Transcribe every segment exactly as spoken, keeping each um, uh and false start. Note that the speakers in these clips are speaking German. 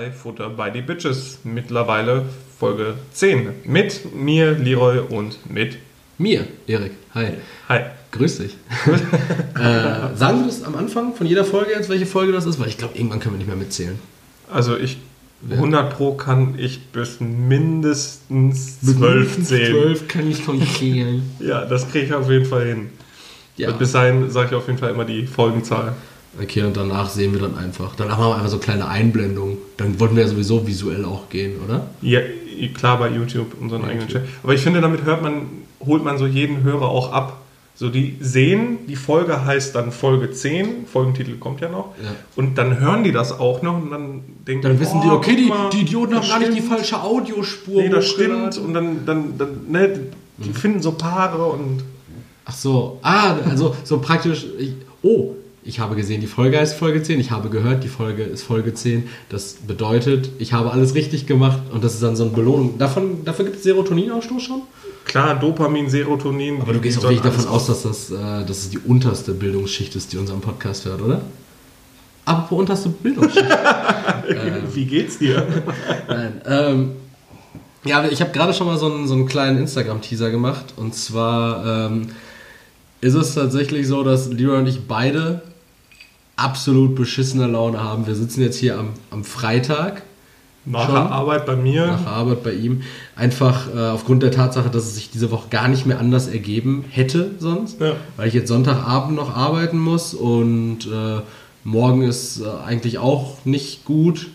bei Futter by the Bitches. Mittlerweile Folge zehn. Mit mir, Leroy, und mit mir, Erik. Hi. Hi. Grüß dich. äh, sagen wir das am Anfang von jeder Folge jetzt, welche Folge das ist? Weil ich glaube, irgendwann können wir nicht mehr mitzählen. Also ich, hundert Pro kann ich bis mindestens zwölf zählen. zwölf kann ich schon zählen. Ja, das kriege ich auf jeden Fall hin. Ja. Und bis dahin sage ich auf jeden Fall immer die Folgenzahl. Okay, und danach sehen wir dann einfach. Danach machen wir einfach so kleine Einblendungen. Dann wollten wir ja sowieso visuell auch gehen, oder? Ja, klar, bei YouTube, unseren ja, eigenen okay. Chat. Aber ich finde, damit hört man, holt man so jeden Hörer auch ab. So, die sehen, die Folge heißt dann Folge zehn, Folgentitel kommt ja noch. Ja. Und dann hören die das auch noch und dann denken Dann wissen oh, die, okay, die, mal, die Idioten haben gar stimmt. nicht die falsche Audiospur. Nee, das stimmt. Und dann, dann, dann ne, die mhm. finden so Paare und... Ach so, ah, also so praktisch, ich, oh, ich habe gesehen, die Folge heißt Folge zehn, ich habe gehört, die Folge ist Folge zehn, das bedeutet, ich habe alles richtig gemacht und das ist dann so eine Belohnung. Davon, dafür gibt es Serotoninausstoß schon? Klar, Dopamin, Serotonin. Aber du gehst auch wirklich davon aus, dass das, äh, dass es die unterste Bildungsschicht ist, die unseren Podcast hört, oder? Apropos unterste Bildungsschicht. ähm, Wie geht's dir? Nein, ähm... Ja, ich habe gerade schon mal so einen, so einen kleinen Instagram-Teaser gemacht. Und zwar ähm, ist es tatsächlich so, dass Leroy und ich beide absolut beschissene Laune haben. Wir sitzen jetzt hier am, am Freitag. Nach der Arbeit bei mir. Nach der Arbeit bei ihm. Einfach äh, aufgrund der Tatsache, dass es sich diese Woche gar nicht mehr anders ergeben hätte sonst. Ja. Weil ich jetzt Sonntagabend noch arbeiten muss. Und äh, morgen ist äh, eigentlich auch nicht gut.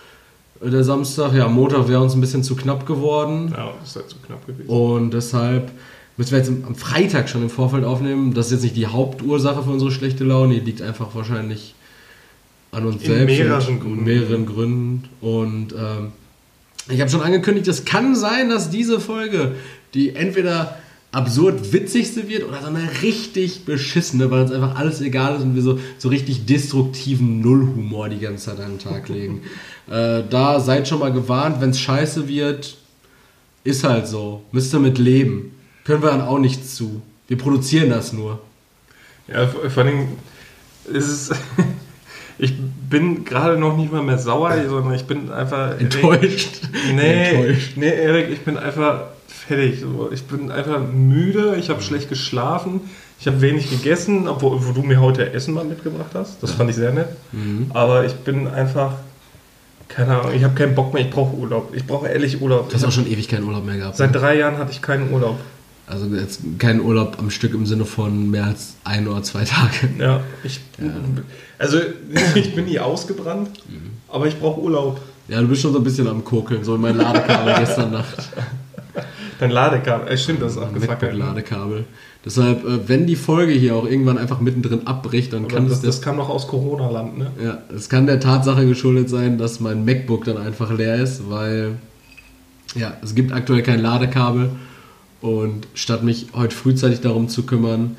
Der Samstag, ja, Montag wäre uns ein bisschen zu knapp geworden. Ja, das ist halt zu knapp gewesen. Und deshalb müssen wir jetzt am Freitag schon im Vorfeld aufnehmen. Das ist jetzt nicht die Hauptursache für unsere schlechte Laune. Die liegt einfach wahrscheinlich an uns in selbst. Mehreren Gründen. In mehreren Gründen. Und ähm, ich habe schon angekündigt, es kann sein, dass diese Folge die entweder absurd witzigste wird oder so eine richtig beschissene, weil uns einfach alles egal ist und wir so, so richtig destruktiven Nullhumor die ganze Zeit an den Tag legen. äh, da seid schon mal gewarnt, wenn es scheiße wird, ist halt so. Müsst ihr mit leben. Können wir dann auch nichts zu. Wir produzieren das nur. Ja, vor allem ist es... Ich bin gerade noch nicht mal mehr sauer, sondern ich bin einfach... Enttäuscht. Nee, Enttäuscht. nee, Erik, ich bin einfach... fertig. Ich bin einfach müde, ich habe schlecht geschlafen, ich habe wenig gegessen, obwohl wo du mir heute Essen mal mitgebracht hast. Das fand ich sehr nett. Mhm. Aber ich bin einfach, keine Ahnung, ich habe keinen Bock mehr, ich brauche Urlaub. Ich brauche ehrlich Urlaub. Du hast auch schon ewig keinen Urlaub mehr gehabt. Seit drei Jahren hatte ich keinen Urlaub. Also jetzt keinen Urlaub am Stück im Sinne von mehr als ein oder zwei Tage. Ja, ich, ja. also ich bin nie ausgebrannt, mhm. aber ich brauche Urlaub. Ja, du bist schon so ein bisschen am Kokeln, so in mein Ladekabel gestern Nacht. Dein Ladekabel, äh, stimmt, das ist abgefackelt. Ladekabel. Deshalb, wenn die Folge hier auch irgendwann einfach mittendrin abbricht, dann aber kann das, es... Das, das kam doch aus Corona-Land, ne? Ja, es kann der Tatsache geschuldet sein, dass mein MacBook dann einfach leer ist, weil ja, es gibt aktuell kein Ladekabel und statt mich heute frühzeitig darum zu kümmern,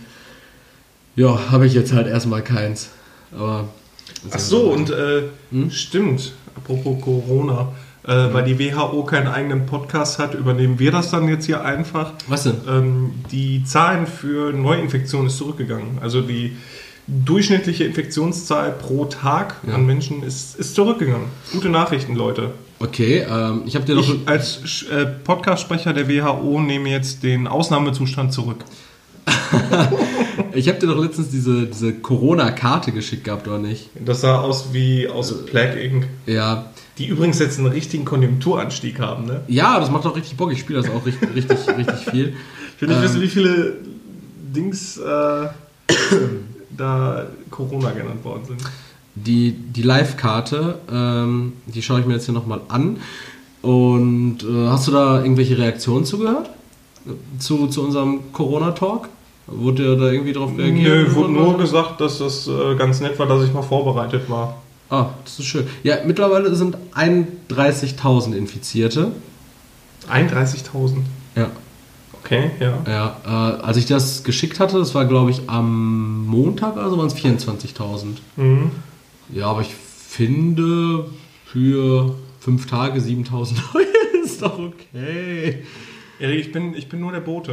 ja, habe ich jetzt halt erstmal keins. Aber... Ach so, und äh, hm? stimmt, apropos Corona... Äh, weil die W H O keinen eigenen Podcast hat, übernehmen wir das dann jetzt hier einfach. Was denn? Ähm, die Zahlen für Neuinfektionen ist zurückgegangen. Also die durchschnittliche Infektionszahl pro Tag ja. an Menschen ist, ist zurückgegangen. Gute Nachrichten, Leute. Okay, ähm, ich habe dir doch... Ich als äh, Podcast-Sprecher der W H O nehme jetzt den Ausnahmezustand zurück. Ich habe dir doch letztens diese, diese Corona-Karte geschickt gehabt, oder nicht? Das sah aus wie aus äh, Plague Incorporated. Ja. Die übrigens jetzt einen richtigen Konjunkturanstieg haben, ne? Ja, das macht auch richtig Bock. Ich spiele das auch richtig, richtig, richtig viel. Ich will nicht ähm, wissen, wie viele Dings äh, da Corona genannt worden sind. Die, die Live-Karte, ähm, die schaue ich mir jetzt hier nochmal an. Und äh, hast du da irgendwelche Reaktionen zugehört? Zu, zu unserem Corona-Talk? Wurde ja da irgendwie drauf reagiert? Nö, wurde nur gesagt, dass das äh, ganz nett war, dass ich mal vorbereitet war. Ah, das ist schön. Ja, mittlerweile sind einunddreißigtausend Infizierte. einunddreißigtausend? Ja. Okay, ja. Ja, äh, als ich das geschickt hatte, das war glaube ich am Montag, also waren es vierundzwanzigtausend. Mhm. Ja, aber ich finde, für fünf Tage siebentausend ist doch okay. Erik, ich bin, ich bin nur der Bote.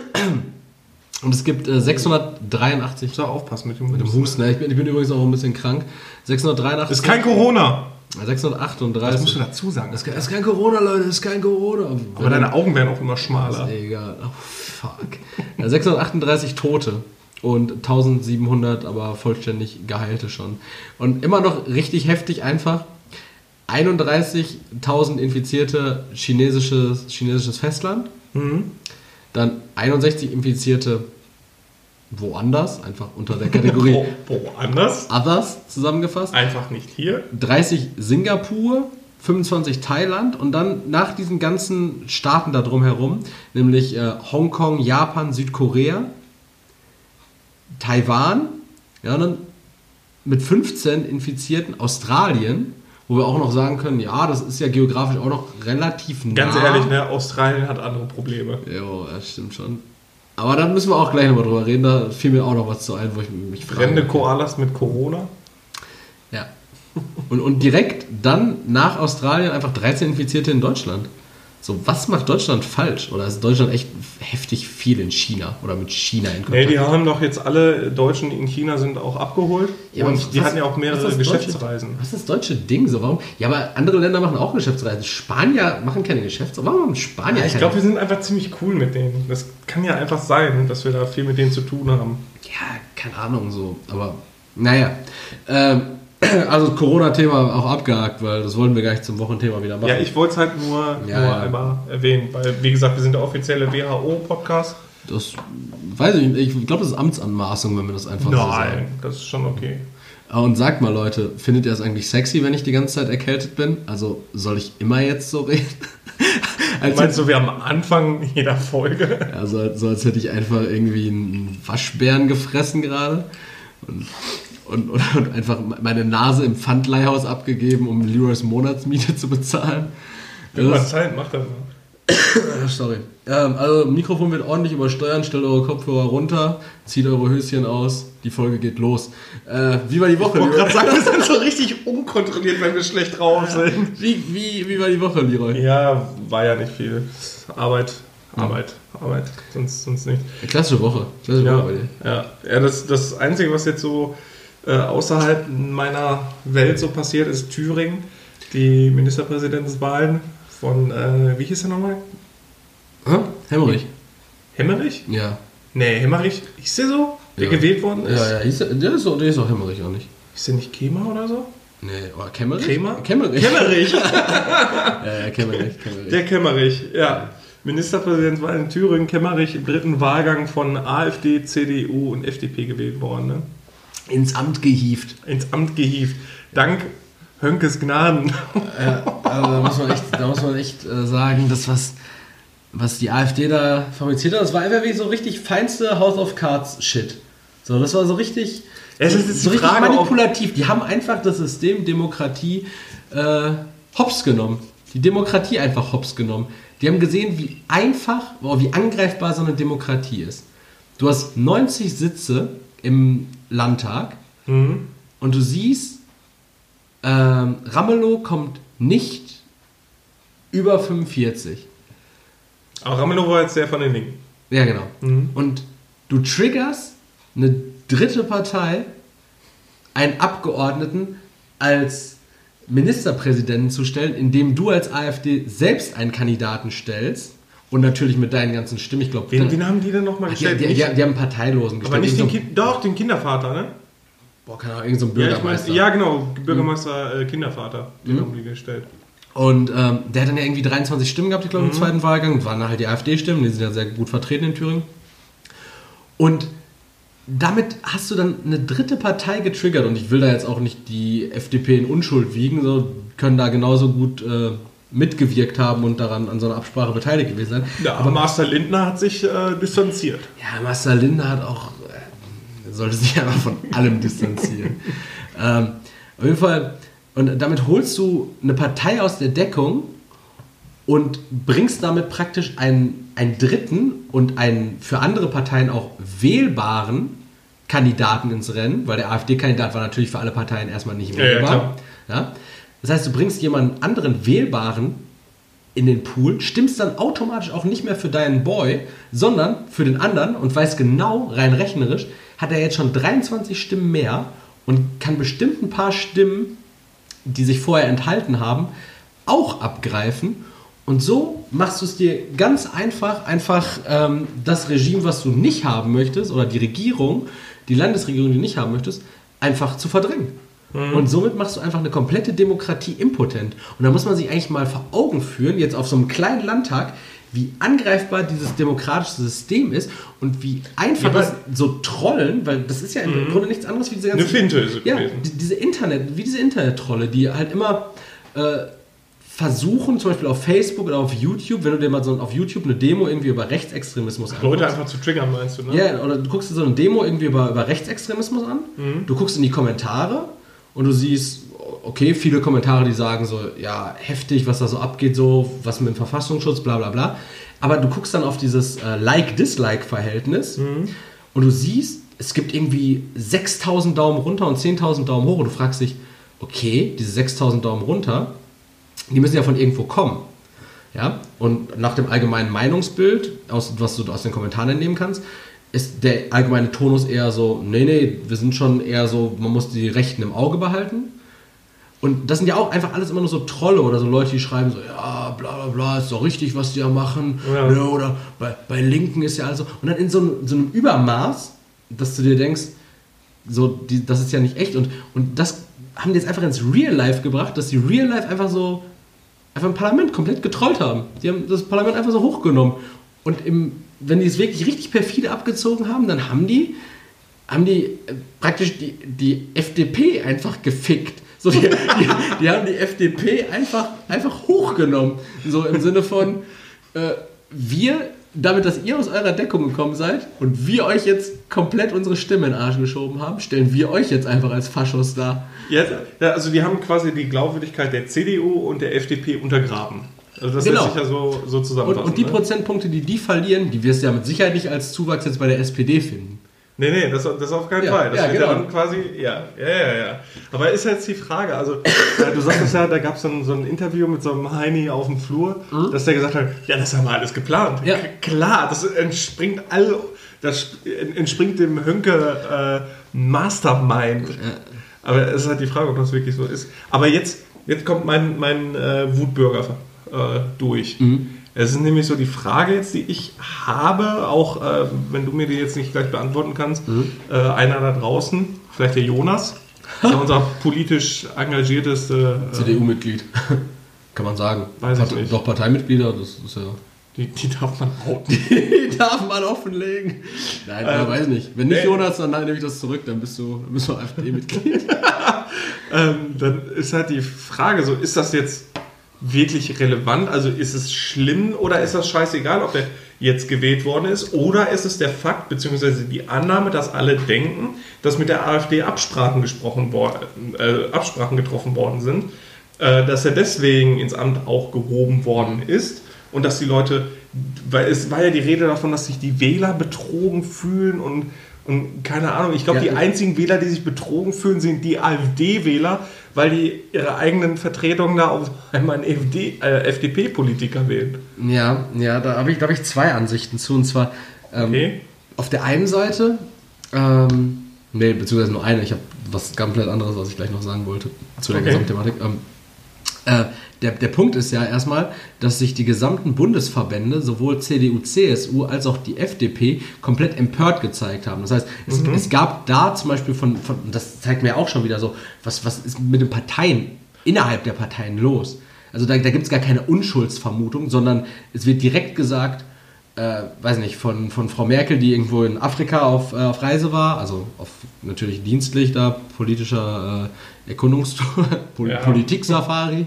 Und es gibt äh, sechshundertdreiundachtzig... Ich soll aufpassen mit dem Husten. Mit dem Husten, ne? ich, bin, ich bin übrigens auch ein bisschen krank. sechshundertdreiundachtzig... Das ist kein Corona! sechshundertachtunddreißig. Was musst du dazu sagen? Das ist kein Corona, Leute, das ist kein Corona. Aber deine Augen werden auch immer schmaler. Ist egal. Oh, fuck. Ja, sechshundertachtunddreißig Tote und eintausendsiebenhundert aber vollständig Geheilte schon. Und immer noch richtig heftig einfach. einunddreißigtausend infizierte chinesisches, chinesisches Festland. Mhm. Dann einundsechzig infizierte woanders, einfach unter der Kategorie Wo, woanders? Others zusammengefasst. Einfach nicht hier. dreißig Singapur, fünfundzwanzig Thailand und dann nach diesen ganzen Staaten da drumherum, nämlich äh, Hongkong, Japan, Südkorea, Taiwan, ja, dann mit fünfzehn Infizierten Australien, wo wir auch noch sagen können, ja, das ist ja geografisch auch noch relativ nah. Ganz ehrlich, ne, Australien hat andere Probleme. Jo, das stimmt schon. Aber da müssen wir auch gleich nochmal drüber reden, da fiel mir auch noch was zu ein, wo ich mich frage. Brennende Koalas mit Corona? Ja. Und, und direkt dann nach Australien einfach dreizehn Infizierte in Deutschland. So, was macht Deutschland falsch? Oder ist Deutschland echt heftig viel in China oder mit China in Kontakt? Nee, die haben doch jetzt alle Deutschen, die in China sind, auch abgeholt. Ja, und was, die hatten ja auch mehrere was Geschäftsreisen. Deutsche, was ist das deutsche Ding so? Warum? Ja, aber andere Länder machen auch Geschäftsreisen. Spanier machen keine Geschäftsreisen. Warum haben Spanier Ja, ich keine? glaube, wir sind einfach ziemlich cool mit denen. Das kann ja einfach sein, dass wir da viel mit denen zu tun haben. Ja, keine Ahnung so. Aber naja. Ähm, also Corona-Thema auch abgehakt, weil das wollten wir gleich zum Wochenthema wieder machen. Ja, ich wollte es halt nur, Ja, nur ja. einmal erwähnen, weil, wie gesagt, wir sind der offizielle W H O-Podcast. Das weiß ich nicht. Ich glaube, das ist Amtsanmaßung, wenn wir das einfach so sagen. Nein, das ist schon okay. Und sagt mal, Leute, findet ihr es eigentlich sexy, wenn ich die ganze Zeit erkältet bin? Also soll ich immer jetzt so reden? als Meinst du, wir am Anfang jeder Folge? Ja, so, so als hätte ich einfach irgendwie einen Waschbären gefressen gerade und, und, und, und einfach meine Nase im Pfandleihhaus abgegeben, um Leroys Monatsmiete zu bezahlen. Wenn Das- man Zeit macht, dann. Ah, Sorry. Ähm, also Mikrofon wird ordentlich übersteuern, stellt eure Kopfhörer runter, zieht eure Höschen aus, die Folge geht los. Äh, wie war die Woche, Ich wollte Leroy? gerade sagen, wir sind so richtig unkontrolliert, wenn wir schlecht drauf sind. Wie, wie, wie war die Woche, Leroy? Ja, war ja nicht viel. Arbeit, Arbeit, Arbeit, sonst, sonst nicht. Klassische Woche. Klassische Ja, Woche bei dir. ja. ja das, das Einzige, was jetzt so äh, außerhalb meiner Welt so passiert, ist Thüringen. Die Ministerpräsidentenwahlen von, äh, wie hieß der nochmal? Hä? Hemmerich. Hemmerich? Ja. Nee, Hemmerich, hieß der so? Der Ja. gewählt worden ist? Ja, ja, hieß der, der, ist doch, der ist doch Hemmerich auch nicht. Ist der nicht Kema oder so? Nee, oder Kemmerich? Kremer? Kemmerich. Kemmerich! Ja, ja, Kemmerich, Kemmerich. Der Kemmerich, ja. Ministerpräsidentenwahl in Thüringen, Kemmerich im dritten Wahlgang von AfD, C D U und F D P gewählt worden. Ne? Ins Amt gehievt. Ins Amt gehievt. Dank Hönkes Gnaden. Ja, also da muss man echt, da muss man echt äh, sagen, das was, was die AfD da fabriziert hat, das war einfach wie so richtig feinste House of Cards Shit. So, das war so richtig, Es so, ist jetzt so die richtig Frage, ob- manipulativ. Die haben einfach das System Demokratie äh, hops genommen. Die Demokratie einfach hops genommen. Die haben gesehen, wie einfach, oh, wie angreifbar so eine Demokratie ist. Du hast neunzig Sitze im Landtag Mhm. und du siehst, ähm, Ramelow kommt nicht über fünfundvierzig. Aber Ramelow war jetzt der von den Linken. Ja, genau. Mhm. Und du triggerst eine dritte Partei, einen Abgeordneten als Ministerpräsidenten zu stellen, indem du als AfD selbst einen Kandidaten stellst und natürlich mit deinen ganzen Stimmen, ich glaube, Wen, wen haben die denn nochmal die, gestellt? die, die, Nicht- die haben einen Parteilosen aber gestellt. nicht den Irgend so, kind, doch, den Kindervater, ne? boah, keine Ahnung, irgend so ein Ja, ich Bürgermeister. mein, ja, genau, Bürgermeister, äh, Kindervater, den Mhm. haben die gestellt. Und ähm, der hat dann ja irgendwie dreiundzwanzig Stimmen gehabt, ich glaube, im Mhm. zweiten Wahlgang. Und waren halt die AfD-Stimmen, die sind ja sehr gut vertreten in Thüringen. Und damit hast du dann eine dritte Partei getriggert. Und ich will da jetzt auch nicht die F D P in Unschuld wiegen, so können da genauso gut äh, mitgewirkt haben und daran an so einer Absprache beteiligt gewesen sein. Ja, aber Master Lindner hat sich äh, distanziert. Ja, Marcel Lindner hat auch, äh, sollte sich einfach von allem distanzieren. ähm, auf jeden Fall, und damit holst du eine Partei aus der Deckung und bringst damit praktisch einen, einen dritten und einen für andere Parteien auch wählbaren Kandidaten ins Rennen, weil der AfD-Kandidat war natürlich für alle Parteien erstmal nicht Ja, ja, wählbar. klar. Ja, das heißt, du bringst jemanden anderen wählbaren in den Pool, stimmst dann automatisch auch nicht mehr für deinen Boy, sondern für den anderen und weißt genau, rein rechnerisch, hat er jetzt schon dreiundzwanzig Stimmen mehr und kann bestimmt ein paar Stimmen die sich vorher enthalten haben, auch abgreifen. Und so machst du es dir ganz einfach, einfach ähm, das Regime, was du nicht haben möchtest, oder die Regierung, die Landesregierung, die du nicht haben möchtest, einfach zu verdrängen. Mhm. Und somit machst du einfach eine komplette Demokratie impotent. Und da muss man sich eigentlich mal vor Augen führen, jetzt auf so einem kleinen Landtag, wie angreifbar dieses demokratische System ist und wie einfach ja, das so trollen, weil das ist ja im mhm. Grunde nichts anderes wie diese ganze... Eine Finte ist es ja, gewesen. die, diese Internet, wie diese Internet-Trolle, die halt immer... Äh, versuchen, zum Beispiel auf Facebook oder auf YouTube, wenn du dir mal so auf YouTube eine Demo irgendwie über Rechtsextremismus anguckst. Leute einfach zu triggern, meinst du, ne? Ja, oder du guckst dir so eine Demo irgendwie über, über Rechtsextremismus an, mhm. du guckst in die Kommentare und du siehst, okay, viele Kommentare, die sagen so, ja, heftig, was da so abgeht, so, was mit dem Verfassungsschutz, bla bla bla. Aber du guckst dann auf dieses äh, Like-Dislike-Verhältnis mhm. und du siehst, es gibt irgendwie sechstausend Daumen runter und zehntausend Daumen hoch und du fragst dich, okay, diese sechstausend Daumen runter, die müssen ja von irgendwo kommen. Ja? Und nach dem allgemeinen Meinungsbild, aus, was du aus den Kommentaren entnehmen kannst, ist der allgemeine Tonus eher so, nee, nee, wir sind schon eher so, man muss die Rechten im Auge behalten. Und das sind ja auch einfach alles immer nur so Trolle oder so Leute, die schreiben so, ja, bla bla bla, ist doch richtig, was die ja machen. Ja. Ja, oder bei, bei Linken ist ja also. Und dann in so, so einem Übermaß, dass du dir denkst, so, die, das ist ja nicht echt. Und, und das haben die jetzt einfach ins Real Life gebracht, dass die Real Life einfach so einfach im Parlament komplett getrollt haben. Die haben das Parlament einfach so hochgenommen. Und im, wenn die es wirklich richtig perfide abgezogen haben, dann haben die, haben die äh, praktisch die, die F D P einfach gefickt. So, die, die, die haben die F D P einfach, einfach hochgenommen. So im Sinne von, äh, wir, damit, dass ihr aus eurer Deckung gekommen seid und wir euch jetzt komplett unsere Stimme in den Arsch geschoben haben, stellen wir euch jetzt einfach als Faschos dar. Ja, also die haben quasi die Glaubwürdigkeit der C D U und der F D P untergraben. Also das genau. lässt sich ja so, so zusammenfassen. Und, und die ne? Prozentpunkte, die die verlieren, die wirst du ja mit Sicherheit nicht als Zuwachs jetzt bei der S P D finden. Nee, nee, das, das auf keinen ja, Fall. Das ja, wird genau. ja dann quasi, ja, ja, ja, ja. Aber ist jetzt die Frage, also ja, du sagtest ja, da gab es so, so ein Interview mit so einem Heini auf dem Flur, mhm. dass der gesagt hat, ja, das haben wir alles geplant. Ja. Klar, das entspringt all, das entspringt dem Hönke äh, Mastermind. Ja. Aber es ist halt die Frage, ob das wirklich so ist. Aber jetzt, jetzt kommt mein, mein äh, Wutbürger äh, durch. Mhm. Es ist nämlich so die Frage jetzt, die ich habe, auch äh, wenn du mir die jetzt nicht gleich beantworten kannst, mhm. äh, einer da draußen, vielleicht der Jonas, ist ja unser politisch engagierteste äh, C D U-Mitglied, kann man sagen. Weiß Hat ich nicht. Doch Parteimitglieder, das ist ja... Die, die darf man outen. Die darf man offenlegen. Nein, ähm, aber weiß nicht. Wenn nicht äh, Jonas, dann nehme ich das zurück, dann bist du, dann bist du AfD-Mitglied. ähm, dann ist halt die Frage so, ist das jetzt wirklich relevant? Also ist es schlimm oder ist das scheißegal, ob der jetzt gewählt worden ist? Oder ist es der Fakt, beziehungsweise die Annahme, dass alle denken, dass mit der AfD Absprachen, gesprochen worden, äh, Absprachen getroffen worden sind, äh, dass er deswegen ins Amt auch gehoben worden ist und dass die Leute, weil es war ja die Rede davon, dass sich die Wähler betrogen fühlen und Und keine Ahnung, ich glaube, ja, die einzigen Wähler, die sich betrogen fühlen, sind die AfD-Wähler, weil die ihre eigenen Vertretungen da auf einmal einen äh, F D P-Politiker wählen. Ja, ja, da habe ich, glaube ich, zwei Ansichten zu. Und zwar ähm, okay. auf der einen Seite, ähm, nee, beziehungsweise nur eine, ich habe was komplett anderes, was ich gleich noch sagen wollte zu der okay. Gesamtthematik. Ähm, äh, Der, der Punkt ist ja erstmal, dass sich die gesamten Bundesverbände, sowohl C D U, C S U als auch die F D P, komplett empört gezeigt haben. Das heißt, es, mhm. es gab da zum Beispiel von, von, das zeigt mir auch schon wieder so, was, was ist mit den Parteien, innerhalb der Parteien los? Also da, da gibt es gar keine Unschuldsvermutung, sondern es wird direkt gesagt, äh, weiß nicht, von, von Frau Merkel, die irgendwo in Afrika auf, äh, auf Reise war, also auf natürlich dienstlich da, politischer äh, Erkundungstour, Pol- ja. Politik-Safari.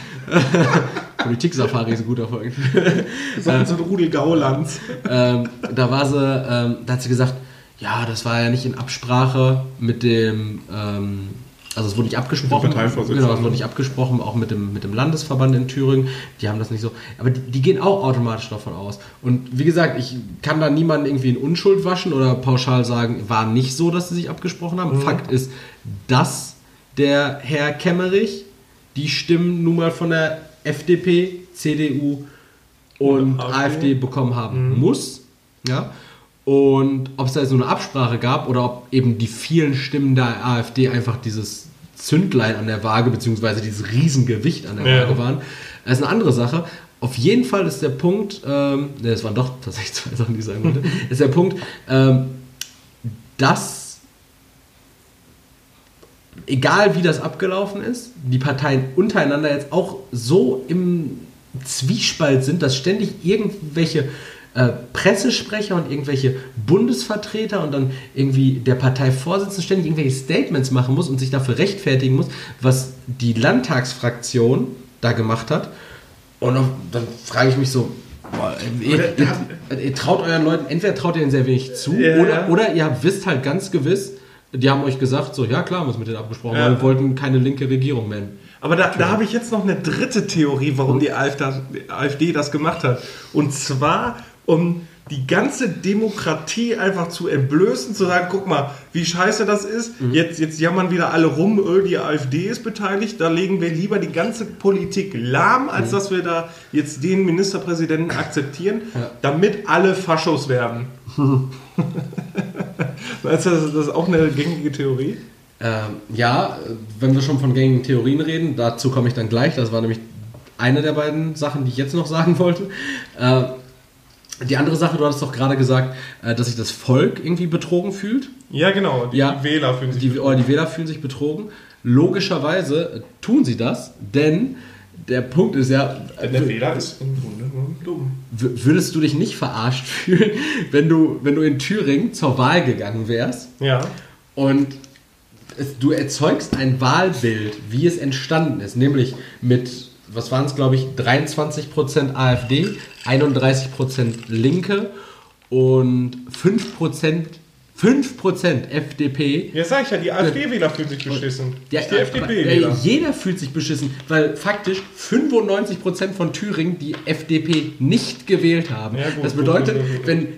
Politik-Safari ist ein guter Folge. So ein Rudel Gaulands. Ähm, da war sie, ähm, da hat sie gesagt, ja, das war ja nicht in Absprache mit dem, ähm, also es wurde nicht abgesprochen. Genau, es wurde nicht abgesprochen, auch mit dem, mit dem Landesverband in Thüringen. Die haben das nicht so. Aber die, die gehen auch automatisch davon aus. Und wie gesagt, ich kann da niemanden irgendwie in Unschuld waschen oder pauschal sagen, war nicht so, dass sie sich abgesprochen haben. Mhm. Fakt ist, dass der Herr Kemmerich die Stimmen nun mal von der F D P, C D U und AfD, AfD bekommen haben mhm. muss. Ja? Und ob es da jetzt so eine Absprache gab oder ob eben die vielen Stimmen der AfD einfach dieses Zündlein an der Waage, beziehungsweise dieses Riesengewicht an der Ja. Waage waren. Das ist eine andere Sache. Auf jeden Fall ist der Punkt, ähm, ne, es waren doch tatsächlich zwei Sachen, die ich sagen wollte, ist der Punkt, ähm, dass, egal wie das abgelaufen ist, die Parteien untereinander jetzt auch so im Zwiespalt sind, dass ständig irgendwelche äh, Pressesprecher und irgendwelche Bundesvertreter und dann irgendwie der Parteivorsitzende ständig irgendwelche Statements machen muss und sich dafür rechtfertigen muss, was die Landtagsfraktion da gemacht hat. Und dann frage ich mich so, boah, ihr, ihr, ihr traut euren Leuten, entweder traut ihr ihnen sehr wenig zu, Ja. oder, oder ihr wisst halt ganz gewiss, die haben euch gesagt, so, ja klar, haben wir es mit denen abgesprochen, Ja. weil wir wollten keine linke Regierung mehr. Aber da, da habe ich jetzt noch eine dritte Theorie, warum die AfD, die AfD das gemacht hat. Und zwar, um die ganze Demokratie einfach zu entblößen, zu sagen, guck mal, wie scheiße das ist. Mhm. Jetzt, jetzt jammern wieder alle rum, öh, die AfD ist beteiligt. Da legen wir lieber die ganze Politik lahm, als mhm. dass wir da jetzt den Ministerpräsidenten akzeptieren, ja. damit alle Faschos werden. Meinst du, das ist auch eine gängige Theorie? Ähm, ja, wenn wir schon von gängigen Theorien reden, dazu komme ich dann gleich. Das war nämlich eine der beiden Sachen, die ich jetzt noch sagen wollte. Äh, Die andere Sache, du hattest doch gerade gesagt, dass sich das Volk irgendwie betrogen fühlt. Ja, genau. Die ja, Wähler fühlen sich die, betrogen. Die Wähler fühlen sich betrogen. Logischerweise tun sie das, denn der Punkt ist ja... Der Wähler ist im Grunde nur dumm. Würdest du dich nicht verarscht fühlen, wenn du, wenn du in Thüringen zur Wahl gegangen wärst? Ja. Und es, du erzeugst ein Wahlbild, wie es entstanden ist, nämlich mit... was waren es, glaube ich, dreiundzwanzig Prozent AfD, einunddreißig Prozent Linke und fünf Prozent, fünf Prozent F D P. Ja, sag ich ja, die AfD-Wähler fühlen sich beschissen. Ja, nicht die F D P-Wähler. Jeder fühlt sich beschissen, weil faktisch fünfundneunzig Prozent von Thüringen die F D P nicht gewählt haben. Ja, gut, das bedeutet, gut, gut, gut. wenn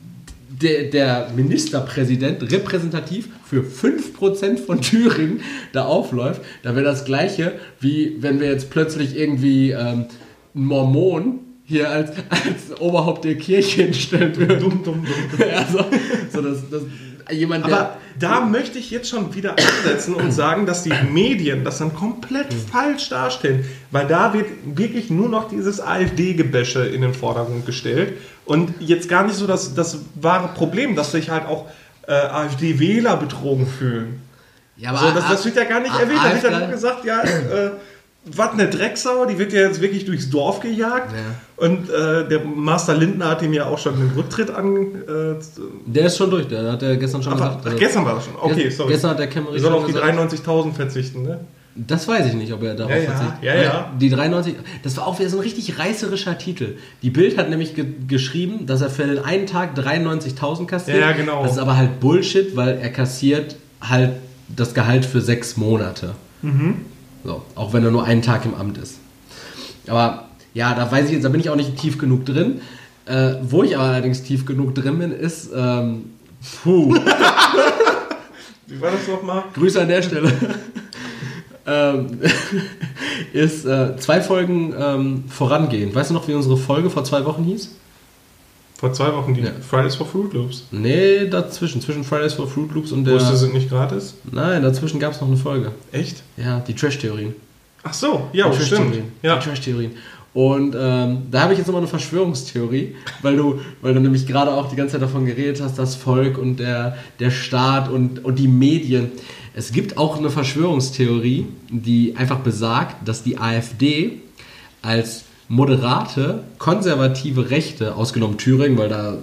der, der Ministerpräsident repräsentativ für fünf Prozent von Thüringen da aufläuft, dann wäre das Gleiche, wie wenn wir jetzt plötzlich irgendwie ähm, einen Mormon hier als, als Oberhaupt der Kirche hinstellen würden. Dumm, dumm, dumm. Also, so das, das, jemand, der Aber da möchte ich jetzt schon wieder ansetzen und sagen, dass die Medien das dann komplett mhm. falsch darstellen, weil da wird wirklich nur noch dieses AfD-Gebäsche in den Vordergrund gestellt und jetzt gar nicht so das, das wahre Problem, dass sich halt auch äh, AfD-Wähler betrogen fühlen. Ja, aber so, das, das wird ja gar nicht erwähnt, da wird ja nur gesagt, ja, äh, was eine Drecksau, die wird ja jetzt wirklich durchs Dorf gejagt. Ja. Und äh, der Master Lindner hat ihm ja auch schon den Rücktritt an... Äh, der ist schon durch, der hat er gestern schon ach, gesagt. Ach, also, gestern war das schon, okay, sorry. Gestern hat der Kämmerich soll auf die dreiundneunzigtausend verzichten, ne? Das weiß ich nicht, ob er darauf ja, ja, verzichtet. Ja, ja. Die dreiundneunzig, das war auch wieder so ein richtig reißerischer Titel. Die Bild hat nämlich ge- geschrieben, dass er für den einen Tag dreiundneunzigtausend kassiert. Ja, genau. Das ist aber halt Bullshit, weil er kassiert halt das Gehalt für sechs Monate. Mhm. So, auch wenn er nur einen Tag im Amt ist. Aber ja, da weiß ich jetzt, da bin ich auch nicht tief genug drin. Äh, wo ich aber allerdings tief genug drin bin, ist ähm, puh. Wie war das nochmal? Grüße an der Stelle. ähm, ist äh, zwei Folgen ähm, vorangehen. Weißt du noch, wie unsere Folge vor zwei Wochen hieß? Vor zwei Wochen, die ja. Fridays for Fruit Loops. Nee, dazwischen. Zwischen Fridays for Fruit Loops und der... Wusste, sind nicht gratis? Nein, dazwischen gab es noch eine Folge. Echt? Ja, die Trash-Theorien. Ach so, ja, die stimmt. Ja. Die Trash-Theorien. Und ähm, da habe ich jetzt nochmal eine Verschwörungstheorie, weil du, weil du nämlich gerade auch die ganze Zeit davon geredet hast, das Volk und der, der Staat und, und die Medien. Es gibt auch eine Verschwörungstheorie, die einfach besagt, dass die AfD als moderate, konservative Rechte, ausgenommen Thüringen, weil da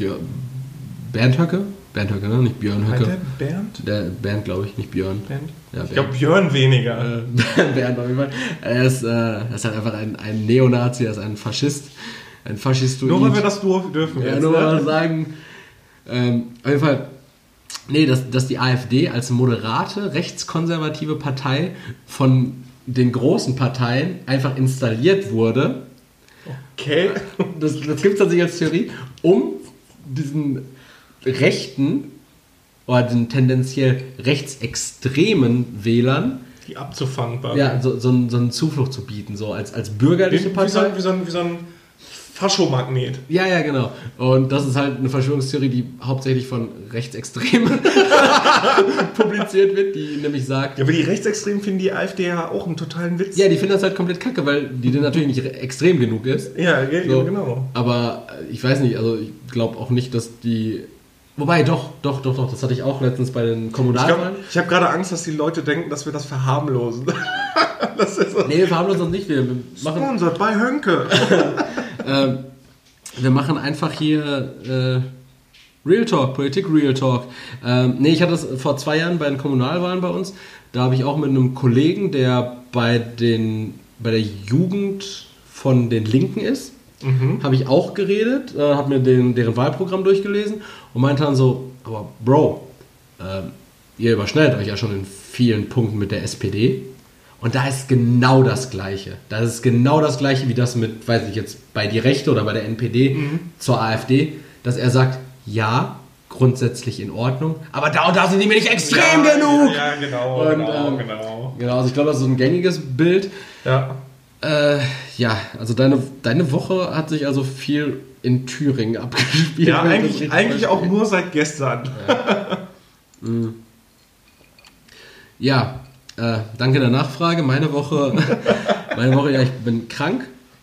Bernd Höcke, Bernd Höcke, ne? Nicht Björn Höcke. Der Bernd? Der Bernd, glaube ich, nicht Björn. Bernd? Ja, ich glaube Björn weniger. Äh, Bernd auf jeden Fall. Er ist, äh, er ist halt einfach ein, ein Neonazi, er ist ein Faschist. Ein Faschistoid. Nur weil wir das dürfen. Ja, jetzt, nur ne? mal sagen. Ähm, auf jeden Fall, nee, dass, dass die AfD als moderate, rechtskonservative Partei von den großen Parteien einfach installiert wurde. Okay. Das, das gibt es tatsächlich als Theorie, um diesen rechten oder den tendenziell rechtsextremen Wählern die abzufangen. Ja, so, so, so einen Zuflucht zu bieten, so als, als bürgerliche wie, Partei. Wie so, wie so, wie so ein Faschomagnet. Ja, ja, genau. Und das ist halt eine Verschwörungstheorie, die hauptsächlich von Rechtsextremen publiziert wird, die nämlich sagt... Ja, aber die Rechtsextremen finden die AfD ja auch einen totalen Witz. Ja, die finden das halt komplett kacke, weil die dann natürlich nicht extrem genug ist. Ja, so. Genau. Aber ich weiß nicht, also ich glaube auch nicht, dass die... Wobei, doch, doch, doch, doch, das hatte ich auch letztens bei den Kommunalwahlen. Ich habe hab gerade Angst, dass die Leute denken, dass wir das verharmlosen. Das ist so. Nee, wir verharmlosen das nicht. Wir machen, Sponsored bei Hönke. ähm, wir machen einfach hier äh, Real Talk, Politik Real Talk. Ähm, nee, ich hatte das vor zwei Jahren bei den Kommunalwahlen bei uns. Da habe ich auch mit einem Kollegen, der bei, den, bei der Jugend von den Linken ist, mhm. habe ich auch geredet, äh, habe mir den, deren Wahlprogramm durchgelesen und meinte dann so, aber Bro, äh, ihr überschneidet euch ja schon in vielen Punkten mit der S P D. Und da ist genau das Gleiche. Das ist genau das Gleiche wie das mit, weiß ich jetzt, bei die Rechte oder bei der N P D mhm. zur AfD, dass er sagt, ja, grundsätzlich in Ordnung, aber da und da sind die mir nicht extrem ja, genug. Ja, ja genau, und, genau, ähm, genau. Genau, also ich glaube, das ist so ein gängiges Bild. Ja. Äh, ja, also deine, deine Woche hat sich also viel in Thüringen abgespielt. Ja, eigentlich, eigentlich auch nur seit gestern. Ja, mhm. ja äh, danke der Nachfrage. Meine Woche, meine Woche, ja, ich bin krank,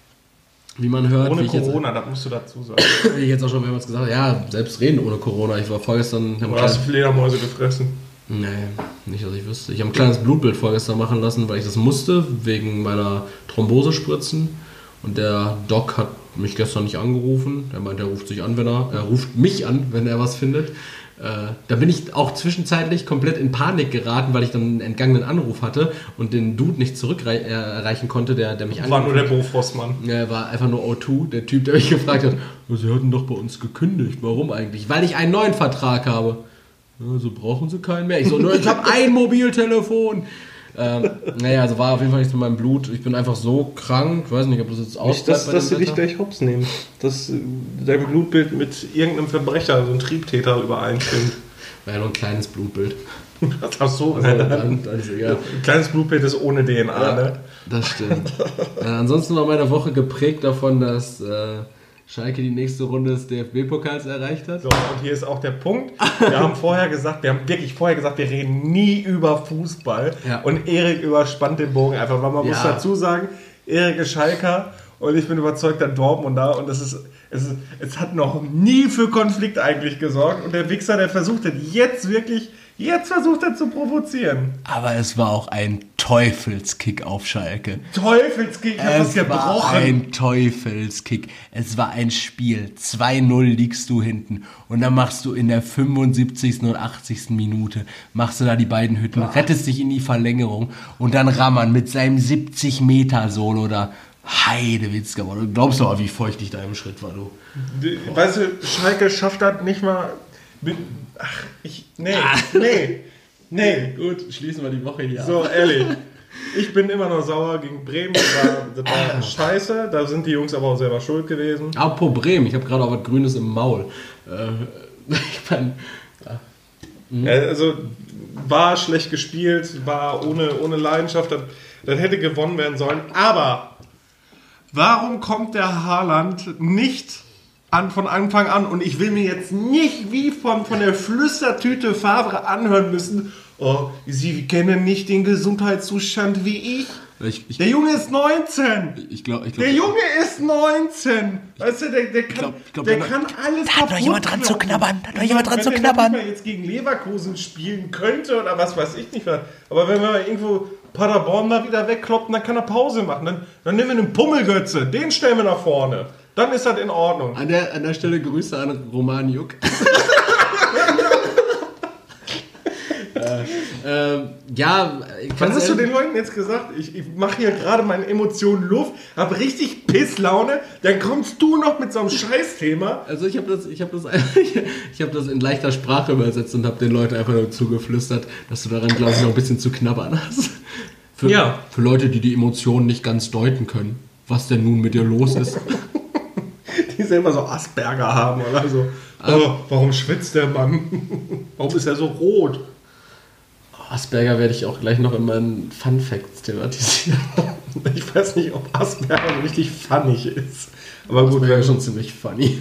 wie man hört. Ohne wie Corona, jetzt, das musst du dazu sagen. Wie ich jetzt auch schon mehrmals gesagt habe, ja, selbst reden ohne Corona. Ich war vorgestern... Du hast Fledermäuse gefressen. Nee, nicht, dass ich wüsste. Ich habe ein kleines Blutbild vorgestern machen lassen, weil ich das musste, wegen meiner Thrombosespritzen. Und der Doc hat mich gestern nicht angerufen. Der meint, er ruft sich an, wenn er... Er ruft mich an, wenn er was findet. Äh, da bin ich auch zwischenzeitlich komplett in Panik geraten, weil ich dann einen entgangenen Anruf hatte und den Dude nicht zurück äh, erreichen konnte, der, der mich angerufen hat. War nur der Bofrostmann. Ja, er war einfach nur O zwei, der Typ, der mich gefragt hat, Sie hatten doch bei uns gekündigt. Warum eigentlich? Weil ich einen neuen Vertrag habe. Ja, so brauchen Sie keinen mehr. Ich so, ich habe ein Mobiltelefon. Ähm, naja, also war auf jeden Fall nichts mit meinem Blut. Ich bin einfach so krank. Ich weiß nicht, ob das jetzt ausbleibt. Nicht, dass, dass sie dich gleich hops nehmen. Dass dein Blutbild mit irgendeinem Verbrecher, so einem Triebtäter übereinstimmt. War ja nur ein kleines Blutbild. Ach so, also, dann, dann ist egal. Ein kleines Blutbild ist ohne D N A, ja, ne? Das stimmt. äh, ansonsten war meine Woche geprägt davon, dass äh, Schalke die nächste Runde des D F B-Pokals erreicht hat. So, und hier ist auch der Punkt. Wir haben vorher gesagt, wir haben wirklich vorher gesagt, wir reden nie über Fußball. Ja. Und Erik überspannt den Bogen einfach, weil man ja. muss dazu sagen, Erik ist Schalker und ich bin überzeugter Dortmunder und es ist, es ist, es hat noch nie für Konflikt eigentlich gesorgt und der Wichser, der versucht hat jetzt wirklich, jetzt versucht er zu provozieren. Aber es war auch ein Teufelskick auf Schalke. Teufelskick, ich hab was gebrochen. Es war ein Teufelskick. Es war ein Spiel. zwei null liegst du hinten. Und dann machst du in der fünfundsiebzigsten und achtzigsten Minute, machst du da die beiden Hütten, ja. rettest dich in die Verlängerung und dann Raman mit seinem siebzig Meter Solo da. Heidewitzka, du glaubst doch, wie feucht ich da im Schritt war, du. Weißt du, Schalke schafft das nicht mal... Ach, ich... Nee, nee, nee. Gut, schließen wir die Woche hier ab. So, ehrlich. Ich bin immer noch sauer gegen Bremen. Das war, das war scheiße. Da sind die Jungs aber auch selber schuld gewesen. Apropos Bremen, ich habe gerade auch was Grünes im Maul. Äh, ich mein, ja. mhm. Also, war schlecht gespielt, war ohne, ohne Leidenschaft. Das, das hätte gewonnen werden sollen. Aber warum kommt der Haaland nicht... An, von Anfang an und ich will mir jetzt nicht wie von, von der Flüstertüte Favre anhören müssen, oh, Sie kennen nicht den Gesundheitszustand wie ich. ich, ich der Junge ist neunzehn. Ich glaub, ich glaub, der Junge ist neunzehn. Weißt du, der, der kann, glaub, glaub, der kann alles Da hat doch jemand dran zu knabbern. Da hat doch jemand dran zu knabbern. Wenn er jetzt gegen Leverkusen spielen könnte oder was weiß ich nicht. Aber wenn wir irgendwo Paderborn da wieder wegkloppen, dann kann er Pause machen. Dann, dann nehmen wir einen Pummelgötze, den stellen wir nach vorne. Dann ist das in Ordnung. An der, an der Stelle Grüße an Roman Juk. äh, äh, ja, was hast du den Leuten jetzt gesagt? Ich, ich mache hier gerade meine Emotionen Luft, habe richtig Pisslaune, dann kommst du noch mit so einem Scheißthema. Also ich habe das, ich habe das, ich habe das in leichter Sprache übersetzt und habe den Leuten einfach nur zugeflüstert, dass du daran, glaube ich, noch ein bisschen zu knabbern hast. Für, ja. für Leute, die die Emotionen nicht ganz deuten können, was denn nun mit dir los ist. Die selber so Asperger haben oder so. Oh, warum schwitzt der Mann? Warum ist er so rot? Asperger werde ich auch gleich noch in meinen Fun Facts thematisieren. Ich weiß nicht, ob Asperger richtig funny ist. Aber gut, wäre schon ziemlich funny.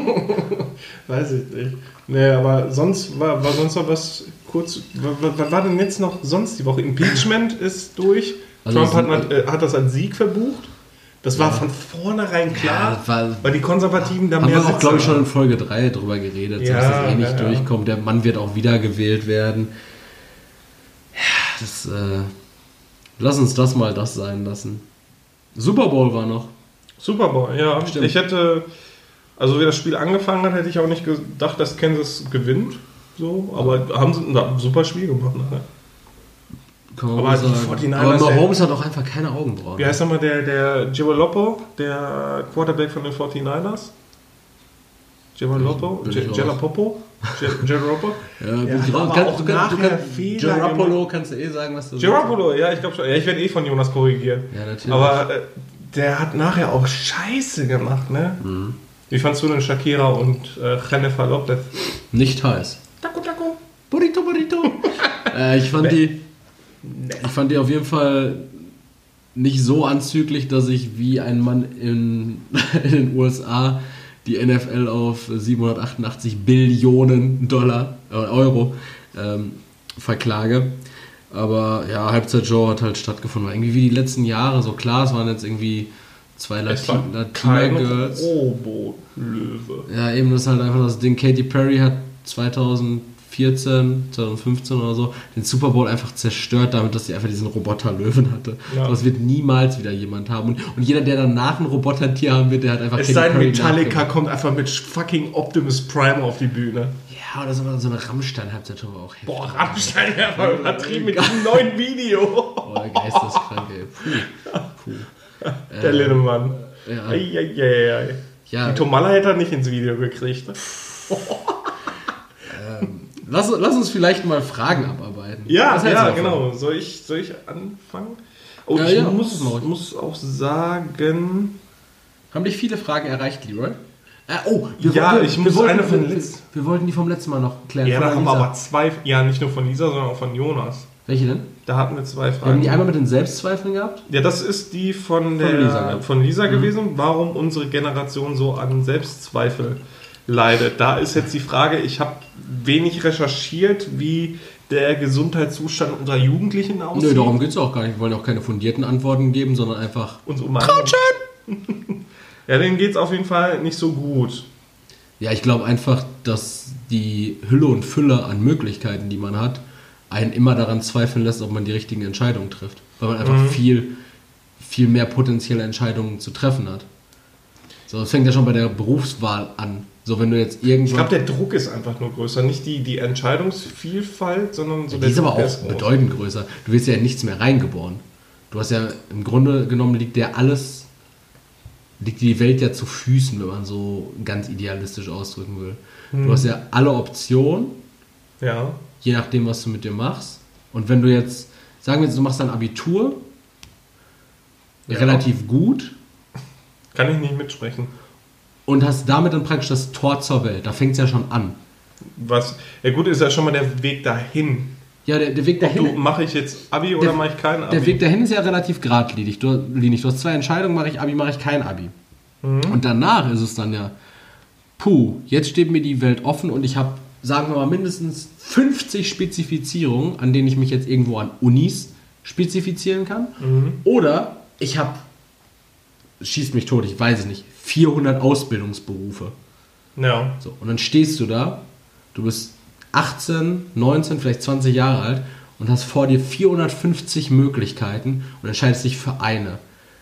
Weiß ich nicht. Nee, aber sonst war, war sonst noch was kurz. Was, was war denn jetzt noch sonst die Woche? Impeachment ist durch. Also Trump hat, äh, hat das als Sieg verbucht. Das war ja von vornherein klar, ja, war, weil die Konservativen da mehr haben wir auch, glaube ich, schon in Folge drei drüber geredet, ja, dass das eh nicht ja, durchkommt. Der Mann wird auch wiedergewählt werden. Ja, das, äh, lass uns das mal das sein lassen. Super Bowl war noch. Super Bowl, ja. Stimmt. Ich hätte, also wie das Spiel angefangen hat, hätte ich auch nicht gedacht, dass Kansas gewinnt. So, aber haben sie ein super Spiel gemacht nachher. Aber die forty-niners, aber Mahomes hat auch einfach keine Augenbrauen. Wie heißt nochmal der, der Jalopolo, der Quarterback von den forty-niners? Jalopolo? Jalopolo? Jalopolo? Ja, ja, du kannst, auch du kannst, nachher Fehler Jalopolo kannst du eh sagen, was du Jalopolo, ja, ich glaube schon. Ja, ich werde eh von Jonas korrigieren. Ja, natürlich. Aber äh, der hat nachher auch Scheiße gemacht, ne? Mhm. Wie fandst du denn Shakira und äh, Jennifer Lopez? Nicht heiß. Taco, taco. Burrito, burrito. äh, ich fand die... Ich fand die auf jeden Fall nicht so anzüglich, dass ich wie ein Mann in, in den U S A die N F L auf siebenhundertachtundachtzig Billionen Dollar, äh, Euro ähm, verklage. Aber ja, Halbzeitshow hat halt stattgefunden. Irgendwie wie die letzten Jahre, so klar, es waren jetzt irgendwie zwei Latin- Latina-Girls. Robo-Löwe. Ja, eben, das ist halt einfach das Ding. Katy Perry hat zweitausendvierzehn, zweitausendfünfzehn oder so den Super Bowl einfach zerstört, damit, dass sie einfach diesen Roboter-Löwen hatte. Ja. Das wird niemals wieder jemand haben. Und, und jeder, der danach ein Roboter-Tier haben wird, der hat einfach es sei denn, Metallica kommt einfach mit fucking Optimus Prime auf die Bühne. Ja, oder so, so eine Rammstein-Halbzeitshow war auch heftig. Boah, Rammstein, ja, war übertrieben mit diesem neuen Video. Boah, geisteskrank, ey. Puh. Puh. Der äh, Linnemann. Ja. Ei, ei, ei, ei. Ja. Die Tomala hätte er nicht ins Video gekriegt. ähm, lass, lass uns vielleicht mal Fragen abarbeiten. Ja, ja, genau. Soll ich, soll ich anfangen? Oh, ja, ich ja, muss, muss auch sagen... Haben dich viele Fragen erreicht, Leroy? Äh, oh, wir ja, wollten, ich muss wollten, eine von wir, wir, wir wollten die vom letzten Mal noch klären. Ja, da haben wir aber zwei, ja, nicht nur von Lisa, sondern auch von Jonas. Welche denn? Da hatten wir zwei Fragen. Haben die einmal mit den Selbstzweifeln gehabt? Ja, das ist die von, der, von Lisa, ja. von Lisa mhm. gewesen, warum unsere Generation so an Selbstzweifel leidet. Da ist jetzt die Frage, ich habe wenig recherchiert, wie der Gesundheitszustand unserer Jugendlichen aussieht. Nö, darum geht es auch gar nicht. Wir wollen auch keine fundierten Antworten geben, sondern einfach... Uns um Ja, denen geht es auf jeden Fall nicht so gut. Ja, ich glaube einfach, dass die Hülle und Fülle an Möglichkeiten, die man hat, einen immer daran zweifeln lässt, ob man die richtigen Entscheidungen trifft. Weil man einfach mhm. viel, viel mehr potenzielle Entscheidungen zu treffen hat. So, das fängt ja schon bei der Berufswahl an. So, wenn du jetzt irgendwann... Ich glaube, der Druck ist einfach nur größer. Nicht die, die Entscheidungsvielfalt, sondern so ja, der die ist aber auch bedeutend größer. Du wirst ja in nichts mehr reingeboren. Du hast ja, im Grunde genommen liegt ja alles... liegt die Welt ja zu Füßen, wenn man so ganz idealistisch ausdrücken will. Hm. Du hast ja alle Optionen, ja. je nachdem, was du mit dir machst. Und wenn du jetzt, sagen wir jetzt, du machst dein Abitur ja. relativ gut. Kann ich nicht mitsprechen. Und hast damit dann praktisch das Tor zur Welt. Da fängt es ja schon an. Was? Ja gut, ist ja schon mal der Weg dahin. Ja, der, der Weg dahin... Du, mache ich jetzt Abi oder mache ich kein Abi? Der Weg dahin ist ja relativ geradlinig. Du, du hast zwei Entscheidungen, mache ich Abi, mache ich kein Abi. Mhm. Und danach ist es dann ja, puh, jetzt steht mir die Welt offen und ich habe, sagen wir mal, mindestens fünfzig Spezifizierungen, an denen ich mich jetzt irgendwo an Unis spezifizieren kann. Mhm. Oder ich habe, schießt mich tot, ich weiß es nicht, vierhundert Ausbildungsberufe. Ja. So, und dann stehst du da, du bist achtzehn, neunzehn, vielleicht zwanzig Jahre alt und hast vor dir vierhundertfünfzig Möglichkeiten und entscheidest dich für eine.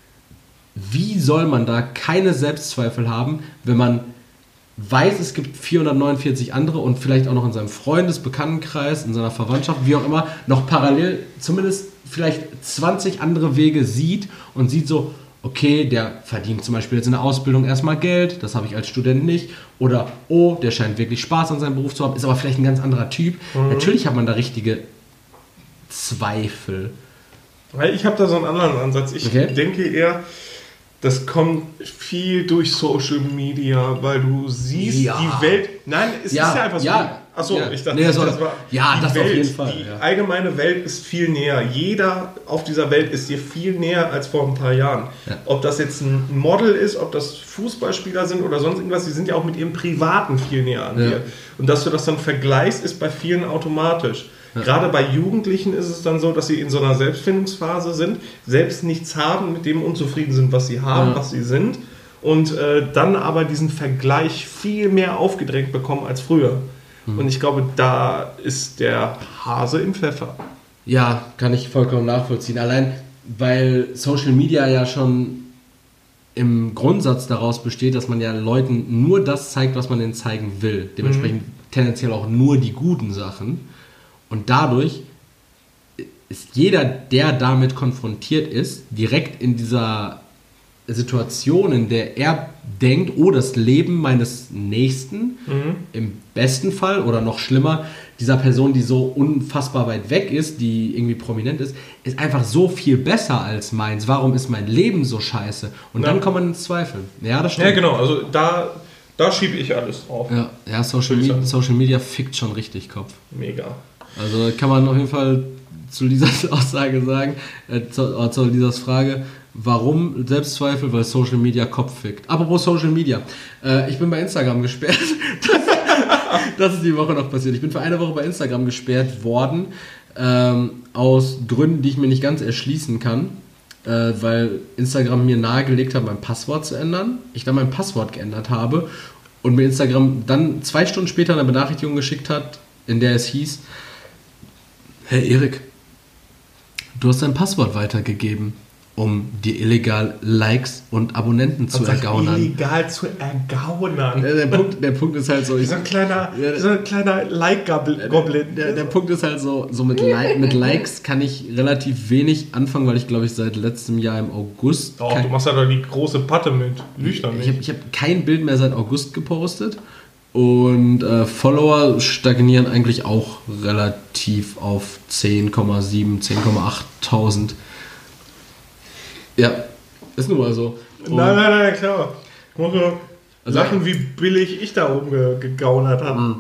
Wie soll man da keine Selbstzweifel haben, wenn man weiß, es gibt vierhundertneunundvierzig andere und vielleicht auch noch in seinem Freundes-, Bekanntenkreis, in seiner Verwandtschaft, wie auch immer, noch parallel zumindest vielleicht zwanzig andere Wege sieht und sieht so, okay, der verdient zum Beispiel jetzt in der Ausbildung erstmal Geld, das habe ich als Student nicht. Oder, oh, der scheint wirklich Spaß an seinem Beruf zu haben, ist aber vielleicht ein ganz anderer Typ. Mhm. Natürlich hat man da richtige Zweifel. Ich habe da so einen anderen Ansatz. Ich okay. denke eher, das kommt viel durch Social Media, weil du siehst, ja. die Welt... Nein, es Ja, ist ja einfach so. ja. Achso, Ja. ich dachte, Nee, das war- das war ja, die das auf Welt, jeden Fall, Die ja. allgemeine Welt ist viel näher. Jeder auf dieser Welt ist dir viel näher als vor ein paar Jahren. Ja. Ob das jetzt ein Model ist, ob das Fußballspieler sind oder sonst irgendwas, die sind ja auch mit ihrem Privaten viel näher an Ja. dir. Und dass du das dann vergleichst, ist bei vielen automatisch. Ja. Gerade bei Jugendlichen ist es dann so, dass sie in so einer Selbstfindungsphase sind, selbst nichts haben, mit dem unzufrieden sind, was sie haben, Ja. was sie sind. Und äh, dann aber diesen Vergleich viel mehr aufgedrängt bekommen als früher. Und ich glaube, da ist der Hase im Pfeffer. Ja, kann ich vollkommen nachvollziehen. Allein, weil Social Media ja schon im Grundsatz daraus besteht, dass man ja Leuten nur das zeigt, was man ihnen zeigen will. Dementsprechend mhm. tendenziell auch nur die guten Sachen. Und dadurch ist jeder, der damit konfrontiert ist, direkt in dieser Situation, in der er denkt, oh, das Leben meines Nächsten, mhm. im besten Fall oder noch schlimmer, dieser Person, die so unfassbar weit weg ist, die irgendwie prominent ist, ist einfach so viel besser als meins. Warum ist mein Leben so scheiße? Und ja. dann kommt man ins Zweifeln. Ja, das stimmt. Ja, genau. Also da, da schiebe ich alles drauf. Ja, ja Social, Media, Social Media fickt schon richtig Kopf. Mega. Also kann man auf jeden Fall zu Lisas Aussage sagen, äh, zu, zu Lisas Frage, warum Selbstzweifel? Weil Social Media Kopf fickt. Apropos Social Media. Äh, ich bin bei Instagram gesperrt. Das ist die Woche noch passiert. Ich bin für eine Woche bei Instagram gesperrt worden. Ähm, aus Gründen, die ich mir nicht ganz erschließen kann. Äh, weil Instagram mir nahegelegt hat, mein Passwort zu ändern. Ich dann mein Passwort geändert habe. Und mir Instagram dann zwei Stunden später eine Benachrichtigung geschickt hat, in der es hieß: Hey Erik, du hast dein Passwort weitergegeben, um dir illegal Likes und Abonnenten zu ergaunern. Illegal zu ergaunern. Der, der, Punkt, der Punkt ist halt so... Wie so ein kleiner, ja, so ein kleiner Like-Goblin. Der, der Punkt ist halt so, so mit, Li- mit Likes kann ich relativ wenig anfangen, weil ich glaube ich seit letztem Jahr im August... Oh, kein, du machst ja doch die große Patte mit. Lüg doch nicht. Ich habe ich hab kein Bild mehr seit August gepostet. Und äh, Follower stagnieren eigentlich auch relativ auf zehn Komma sieben, zehn Komma acht tausend. Ja, ist nun mal so. Und nein, nein, nein, klar. Ich muss nur also, lachen, wie billig ich da oben ge- gegaunert habe.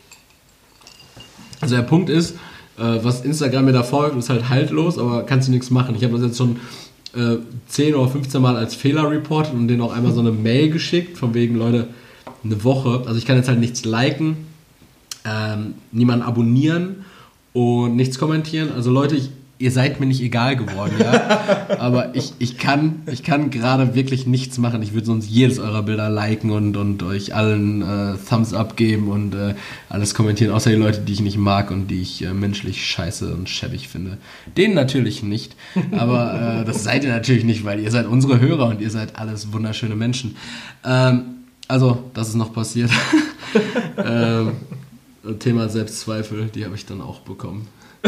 Also der Punkt ist, äh, was Instagram mir da folgt, ist halt haltlos, aber kannst du nichts machen. Ich habe das jetzt schon äh, zehn oder fünfzehn Mal als Fehler reportet und denen auch einmal so eine Mail geschickt, von wegen, Leute, eine Woche, also ich kann jetzt halt nichts liken, ähm, niemanden abonnieren und nichts kommentieren. Also Leute, ich, ihr seid mir nicht egal geworden, ja. Aber ich, ich kann, ich kann gerade wirklich nichts machen. Ich würde sonst jedes eurer Bilder liken und, und euch allen äh, Thumbs up geben und äh, alles kommentieren, außer die Leute, die ich nicht mag und die ich äh, menschlich scheiße und schäbig finde. Denen natürlich nicht. Aber äh, das seid ihr natürlich nicht, weil ihr seid unsere Hörer und ihr seid alles wunderschöne Menschen. Ähm, Also, das ist noch passiert. ähm, Thema Selbstzweifel, die habe ich dann auch bekommen.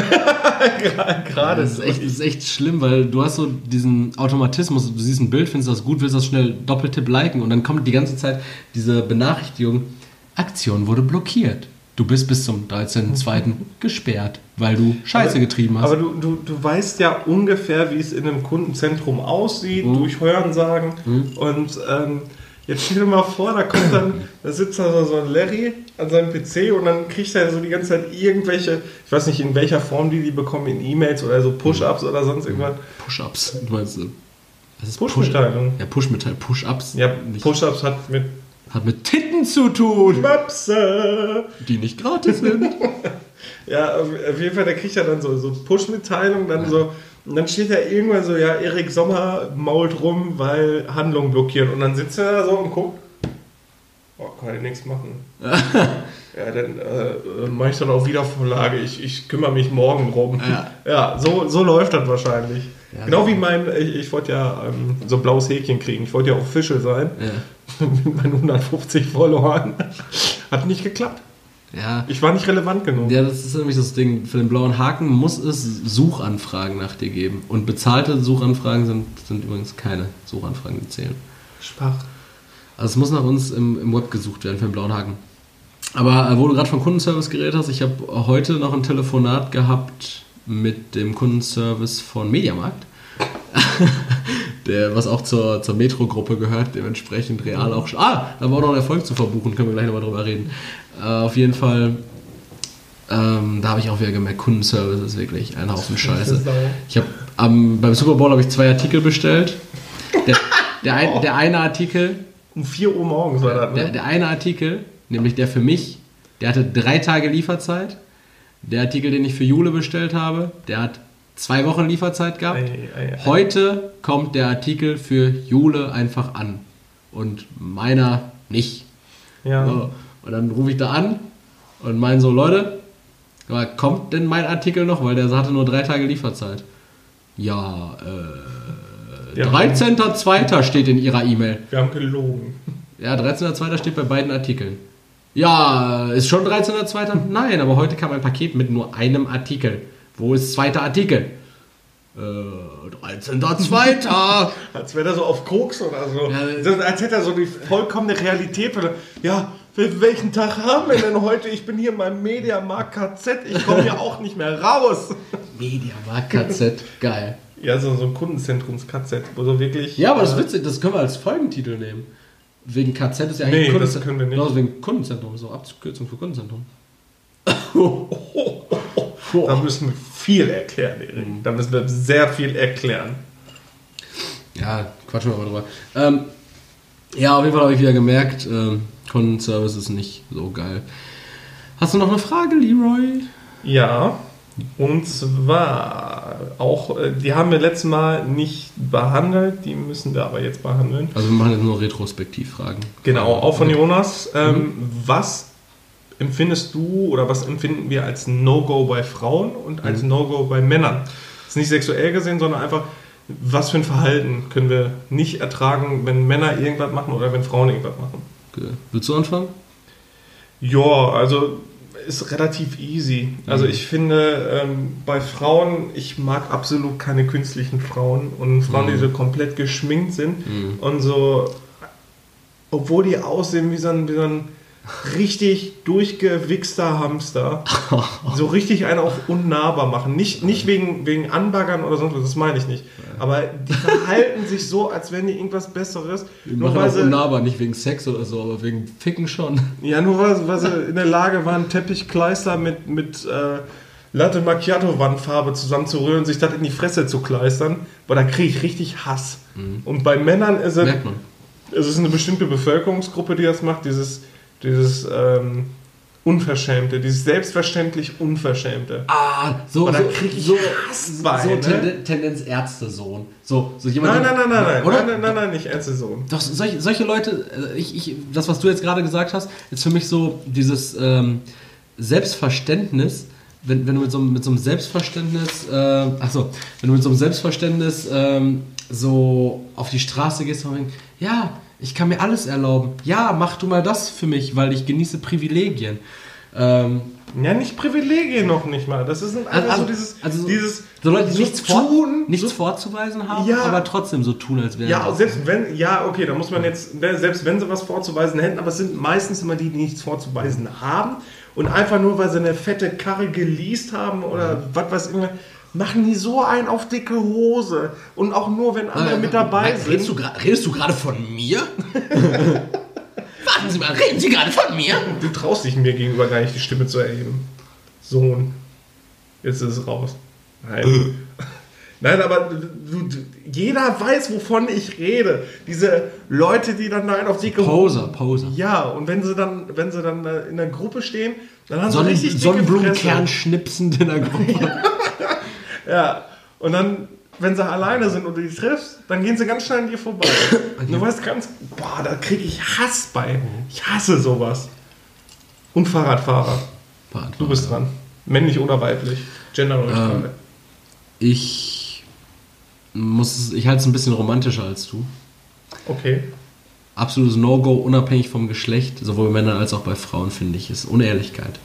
Gerade. Das ist, echt, das ist echt schlimm, weil du hast so diesen Automatismus, du siehst ein Bild, findest das gut, willst das schnell Doppeltipp liken und dann kommt die ganze Zeit diese Benachrichtigung, Aktion wurde blockiert. Du bist bis zum dreizehnten zweiten gesperrt, weil du Scheiße aber, getrieben hast. Aber du, du, du weißt ja ungefähr, wie es in einem Kundenzentrum aussieht, mhm. durch Hörensagen. Mhm. Und ähm, jetzt stell dir mal vor, da kommt dann, da sitzt da so ein Larry an seinem P C und dann kriegt er so die ganze Zeit irgendwelche, ich weiß nicht in welcher Form die die bekommen, in E-Mails oder so Push-Ups mhm. oder sonst irgendwas. Push-Ups, du meinst du? Das ist Push-Mitteilung. Ja, Push-Mitteilung, Push-Ups. Ja, Push-Ups hat mit Hat mit Titten zu tun. Mapse. Die nicht gratis sind. Ja, auf jeden Fall, der kriegt ja dann so, so Push-Mitteilungen, dann ja. so, und dann steht da irgendwann so, ja, Erik Sommer mault rum, weil Handlungen blockieren. Und dann sitzt er da so und guckt, oh, kann ich nichts machen. Ja, dann äh, mache ich dann auch Wiedervorlage, ich, ich kümmere mich morgen drum. Ja, ja so, so läuft das wahrscheinlich. Ja, genau wie mein, ich, ich wollte ja ähm, so ein blaues Häkchen kriegen, ich wollte ja Official sein, ja. mit meinen hundertfünfzig Followern. Hat nicht geklappt. Ja. Ich war nicht relevant genug. Ja, das ist nämlich das Ding. Für den blauen Haken muss es Suchanfragen nach dir geben. Und bezahlte Suchanfragen sind, sind übrigens keine Suchanfragen, die zählen. Schwach. Also es muss nach uns im, im Web gesucht werden für den blauen Haken. Aber äh, wo du gerade von Kundenservice geredet hast, ich habe heute noch ein Telefonat gehabt mit dem Kundenservice von Mediamarkt. Der, was auch zur, zur Metro-Gruppe gehört, dementsprechend real auch schon. Ah, da war auch noch ein Erfolg zu verbuchen, können wir gleich nochmal drüber reden. Äh, auf jeden Fall, ähm, da habe ich auch wieder gemerkt, Kundenservice ist wirklich ein Haufen Scheiße. Ich habe ähm, beim Super Bowl habe ich zwei Artikel bestellt. Der, der, ein, der eine Artikel... Um vier Uhr morgens war das, ne? Der, der eine Artikel, nämlich der für mich, der hatte drei Tage Lieferzeit. Der Artikel, den ich für Jule bestellt habe, der hat zwei Wochen Lieferzeit gehabt. Ei, ei, ei. Heute kommt der Artikel für Jule einfach an. Und meiner nicht. Ja. So. Und dann rufe ich da an und meine so, Leute, kommt denn mein Artikel noch? Weil der hatte nur drei Tage Lieferzeit. Ja, äh, ja, dreizehnter zweiter steht in ihrer E-Mail. Wir haben gelogen. Ja, dreizehnter zweiter steht bei beiden Artikeln. Ja, ist schon dreizehnter zweiter? Nein, aber heute kam ein Paket mit nur einem Artikel. Wo ist zweiter Artikel? Äh, dreizehnter zweiter Als wäre er so auf Koks oder so. Ja, Als hätte er so die vollkommene Realität. Ja, welchen Tag haben wir denn heute? Ich bin hier in meinem Mediamarkt K Z. Ich komme hier auch nicht mehr raus. Mediamarkt K Z, geil. Ja, so, so ein Kundenzentrums-K Z, wo so wirklich... Ja, aber das ist witzig, das können wir als Folgentitel nehmen. Wegen K Z ist ja eigentlich nee, das können wir nicht. Genau, wegen Kundenzentrum, so Abkürzung für Kundenzentrum. Da müssen wir viel erklären, Erik. Da müssen wir sehr viel erklären. Ja, quatschen wir mal drüber. Ähm, ja, auf jeden Fall habe ich wieder gemerkt, ähm, Kundenservice ist nicht so geil. Hast du noch eine Frage, Leroy? Ja, und zwar auch, die haben wir letztes Mal nicht behandelt, die müssen wir aber jetzt behandeln. Also wir machen jetzt nur Retrospektivfragen. Genau, auch von Jonas. Ähm, mhm. Was empfindest du oder was empfinden wir als No-Go bei Frauen und als mhm. No-Go bei Männern? Das ist nicht sexuell gesehen, sondern einfach, was für ein Verhalten können wir nicht ertragen, wenn Männer irgendwas machen oder wenn Frauen irgendwas machen? Okay. Willst du anfangen? Ja, also ist relativ easy. Also mhm. ich finde, ähm, bei Frauen, ich mag absolut keine künstlichen Frauen und Frauen, mhm. die so komplett geschminkt sind mhm. und so, obwohl die aussehen wie so ein, wie so ein richtig durchgewichster Hamster, so richtig einen auf unnahbar machen. Nicht, nicht wegen, wegen Anbaggern oder sonst was, das meine ich nicht. Aber die verhalten sich so, als wären die irgendwas Besseres. Die nur weil sie unnahbar, nicht wegen Sex oder so, aber wegen Ficken schon. Ja, nur weil, weil sie in der Lage waren, Teppichkleister mit, mit äh, Latte Macchiato Wandfarbe zusammenzurühren und sich das in die Fresse zu kleistern. Aber da kriege ich richtig Hass. Mhm. Und bei Männern ist es, es ist eine bestimmte Bevölkerungsgruppe, die das macht, dieses Dieses ähm, Unverschämte, dieses selbstverständlich Unverschämte. Ah, so, da so, krieg ich so, Hass bei, so ne? Tenden, Tendenz Ärztesohn. So, so jemand, nein, nein, nein, nein, nein, oder? nein, nein, nein, nicht Ärztesohn. Doch, solche, solche Leute, ich, ich, das, was du jetzt gerade gesagt hast, ist für mich so dieses ähm, Selbstverständnis, wenn, wenn du mit so, mit so einem Selbstverständnis, äh, achso, wenn du mit so einem Selbstverständnis ähm, so auf die Straße gehst und denkst, ja, ich kann mir alles erlauben. Ja, mach du mal das für mich, weil ich genieße Privilegien. Ähm, ja, nicht Privilegien noch nicht mal. Das ist einfach also, so dieses... Also dieses so Leute, die so nichts, tun, vor, nichts so, vorzuweisen haben, ja, aber trotzdem so tun, als wären ja, das. selbst wenn... Ja, okay, da muss man jetzt... Selbst wenn sie was vorzuweisen hätten, aber es sind meistens immer die, die nichts vorzuweisen haben und einfach nur, weil sie eine fette Karre geleast haben oder mhm. was weiß ich immer... Machen die so einen auf dicke Hose. Und auch nur, wenn andere äh, mit dabei äh, sind. Redest du, redest du gerade von mir? Warten Sie mal, reden Sie gerade von mir? Du traust dich mir gegenüber gar nicht, die Stimme zu erheben. Sohn. Jetzt ist es raus. Nein. Nein, aber du, du, jeder weiß, wovon ich rede. Diese Leute, die dann da einen auf dicke Hose... Poser, Poser. Ja, und wenn sie dann, wenn sie dann in der Gruppe stehen, dann haben Sonnen, sie richtig dicke Sonnenblumenkern schnipsend in der Gruppe. Ja, und dann, wenn sie alleine sind und du die triffst, dann gehen sie ganz schnell an dir vorbei. Okay. Du weißt ganz, boah, da kriege ich Hass bei. Ich hasse sowas. Und Fahrradfahrer. Fahrradfahrer. Du bist dran. Männlich oder weiblich. Genderneutral. Ähm, ich muss, ich halte es ein bisschen romantischer als du. Okay. Absolutes No-Go, unabhängig vom Geschlecht, sowohl bei Männern als auch bei Frauen, finde ich, ist Unehrlichkeit.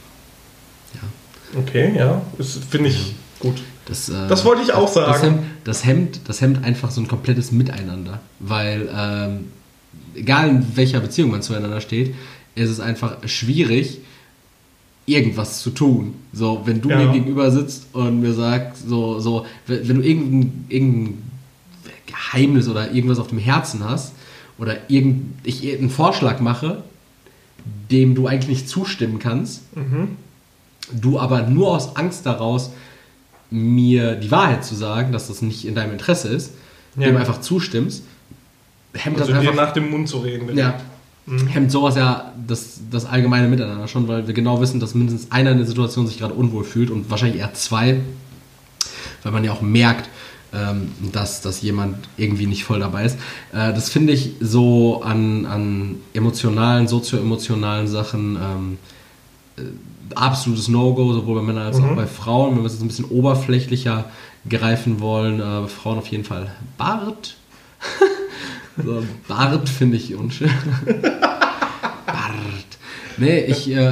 Ja. Okay, ja. Das finde ich... Ja. Gut. Das, äh, das wollte ich auch sagen. Das hemmt, das, hemmt, das hemmt einfach so ein komplettes Miteinander. Weil, ähm, egal in welcher Beziehung man zueinander steht, ist es einfach schwierig, irgendwas zu tun. So, wenn du ja. mir gegenüber sitzt und mir sagst, so, so, wenn du irgendein, irgendein Geheimnis oder irgendwas auf dem Herzen hast oder irgend, ich einen Vorschlag mache, dem du eigentlich nicht zustimmen kannst, Mhm. du aber nur aus Angst daraus, mir die Wahrheit zu sagen, dass das nicht in deinem Interesse ist, Ja. dem einfach zustimmst, hemmt Also das dir einfach... nach dem Mund zu reden. bitte. Ja, hemmt sowas ja das, das allgemeine Miteinander schon, weil wir genau wissen, dass mindestens einer in der Situation sich gerade unwohl fühlt und wahrscheinlich eher zwei, weil man ja auch merkt, ähm, dass, dass jemand irgendwie nicht voll dabei ist. Äh, das finde ich so an, an emotionalen, sozioemotionalen Sachen ähm, äh, absolutes No-Go, sowohl bei Männern als Mhm. auch bei Frauen. Wenn wir es jetzt ein bisschen oberflächlicher greifen wollen, äh, bei Frauen auf jeden Fall Bart. So, Bart finde ich unschön. Bart. Nee, ich, äh,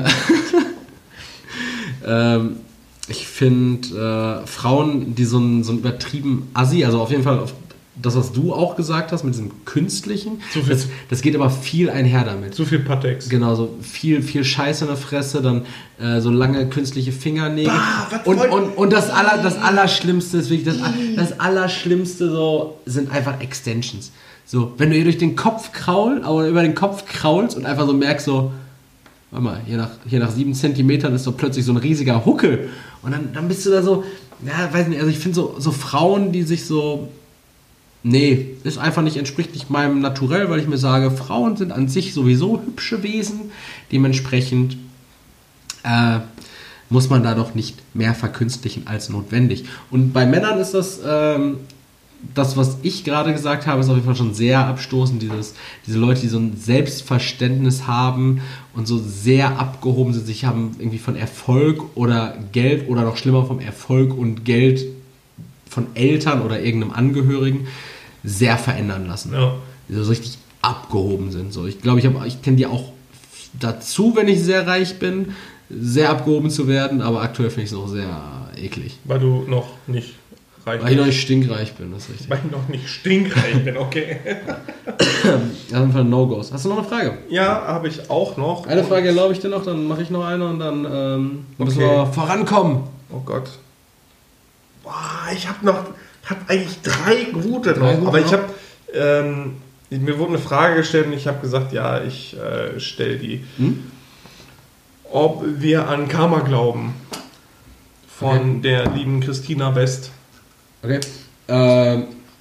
ähm, ich finde äh, Frauen, die so ein, so ein übertrieben Assi, also auf jeden Fall auf das, was du auch gesagt hast, mit diesem Künstlichen, Zu viel- das, das geht aber viel einher damit. Zu viel Patex. Genau, so viel, viel Scheiße in der Fresse, dann äh, so lange künstliche Fingernägel. Bah, was und, wollt- und, und das, aller, das Allerschlimmste ist wirklich, das, das Allerschlimmste so, sind einfach Extensions. So, wenn du ihr durch den Kopf kraulst, oder über den Kopf kraulst und einfach so merkst, so, warte mal, hier nach, hier nach sieben Zentimetern ist doch plötzlich so ein riesiger Huckel. Und dann, dann bist du da so, ja, weiß nicht, also ich finde so, so Frauen, die sich so, nee, ist einfach nicht, entspricht nicht meinem Naturell, weil ich mir sage, Frauen sind an sich sowieso hübsche Wesen, dementsprechend äh, muss man da doch nicht mehr verkünstlichen als notwendig. Und bei Männern ist das, ähm, das, was ich gerade gesagt habe, ist auf jeden Fall schon sehr abstoßend, dieses, diese Leute, die so ein Selbstverständnis haben und so sehr abgehoben sind, sich haben irgendwie von Erfolg oder Geld oder noch schlimmer vom Erfolg und Geld von Eltern oder irgendeinem Angehörigen sehr verändern lassen. Ja. Die so richtig abgehoben sind. So, ich glaube, ich, hab- ich tendiere auch dazu, wenn ich sehr reich bin, sehr abgehoben zu werden, aber aktuell finde ich es noch sehr eklig. Weil du noch nicht reich Weil ich noch nicht stinkreich bin, das ist richtig. Weil ich noch nicht stinkreich bin, okay. Auf jeden Fall No-Gos. Hast du noch eine Frage? Ja, habe ich auch noch. Eine Frage erlaube ich dir noch, dann mache ich noch eine und dann ähm, müssen Okay. wir vorankommen. Oh Gott. Boah, ich habe noch, habe eigentlich drei gute Drei noch. gute aber ich noch? habe, ähm, mir wurde eine Frage gestellt und ich habe gesagt, ja, ich äh, stelle die. Hm? Ob wir an Karma glauben. Von Okay. der lieben Christina West. Okay. Ähm,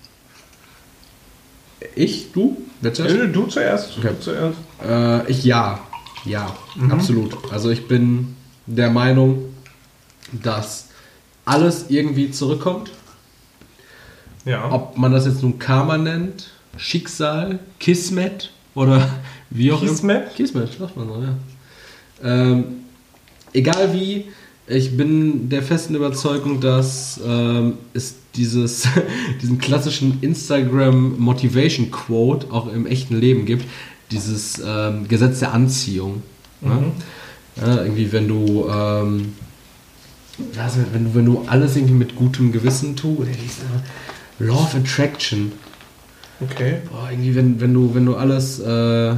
ich? Du? Wer zuerst? Äh, Du zuerst. Okay. Du zuerst. Äh, ich ja. Ja, Mhm. absolut. Also ich bin der Meinung, dass alles irgendwie zurückkommt. Ja. Ob man das jetzt nun Karma nennt, Schicksal, Kismet oder wie auch immer. Kismet? Kismet, sagt man so, ja. Ähm, egal wie, ich bin der festen Überzeugung, dass ähm, es dieses, diesen klassischen Instagram Motivation Quote auch im echten Leben gibt. Dieses ähm, Gesetz der Anziehung. Ne? Mhm. Ja, irgendwie, wenn du, ähm, also wenn du, wenn du alles irgendwie mit gutem Gewissen tust, Law of Attraction. Okay. Boah, irgendwie, wenn, wenn du, wenn du alles, äh,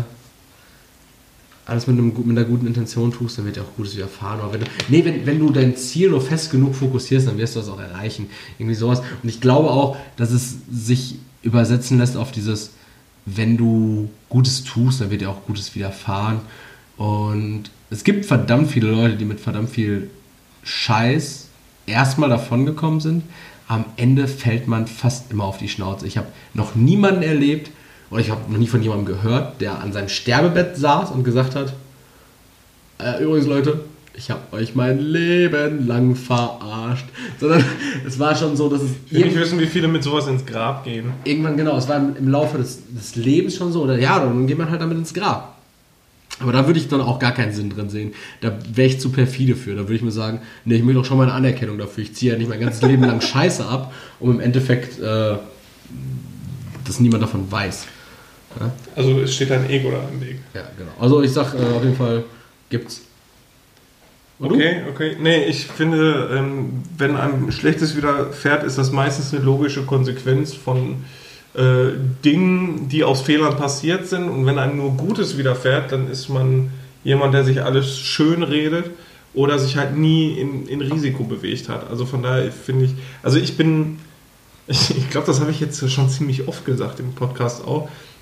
alles mit, einem, gu- mit einer guten Intention tust, dann wird dir auch Gutes widerfahren. Aber wenn du, nee, wenn, wenn du dein Ziel nur fest genug fokussierst, dann wirst du das auch erreichen. Irgendwie sowas. Und ich glaube auch, dass es sich übersetzen lässt auf dieses, wenn du Gutes tust, dann wird dir auch Gutes widerfahren. Und es gibt verdammt viele Leute, die mit verdammt viel Scheiß erstmal davongekommen sind. Am Ende fällt man fast immer auf die Schnauze. Ich habe noch niemanden erlebt, oder ich habe noch nie von jemandem gehört, der an seinem Sterbebett saß und gesagt hat, äh, übrigens Leute, ich habe euch mein Leben lang verarscht. Sondern es war schon so, dass es Ich will nicht wissen, wie viele mit sowas ins Grab gehen. irgendwann, genau, es war im, im Laufe des, des Lebens schon so, oder ja, dann geht man halt damit ins Grab. Aber da würde ich dann auch gar keinen Sinn drin sehen. Da wäre ich zu perfide für. Da würde ich mir sagen, nee, ich will doch schon mal eine Anerkennung dafür. Ich ziehe ja nicht mein ganzes Leben lang Scheiße ab, um im Endeffekt, äh, dass niemand davon weiß. Ja, Also es steht ein Ego da im Weg. ja genau. Also ich sag äh, auf jeden Fall, gibt's. Und Okay, okay. Nee, ich finde, ähm, wenn einem Schlechtes widerfährt, ist das meistens eine logische Konsequenz von äh, Dingen, die aus Fehlern passiert sind. Und wenn einem nur Gutes widerfährt, dann ist man jemand, der sich alles schön redet oder sich halt nie in, in Risiko bewegt hat. Also von daher finde ich, also ich bin, ich, ich glaube, das habe ich jetzt schon ziemlich oft gesagt im Podcast auch,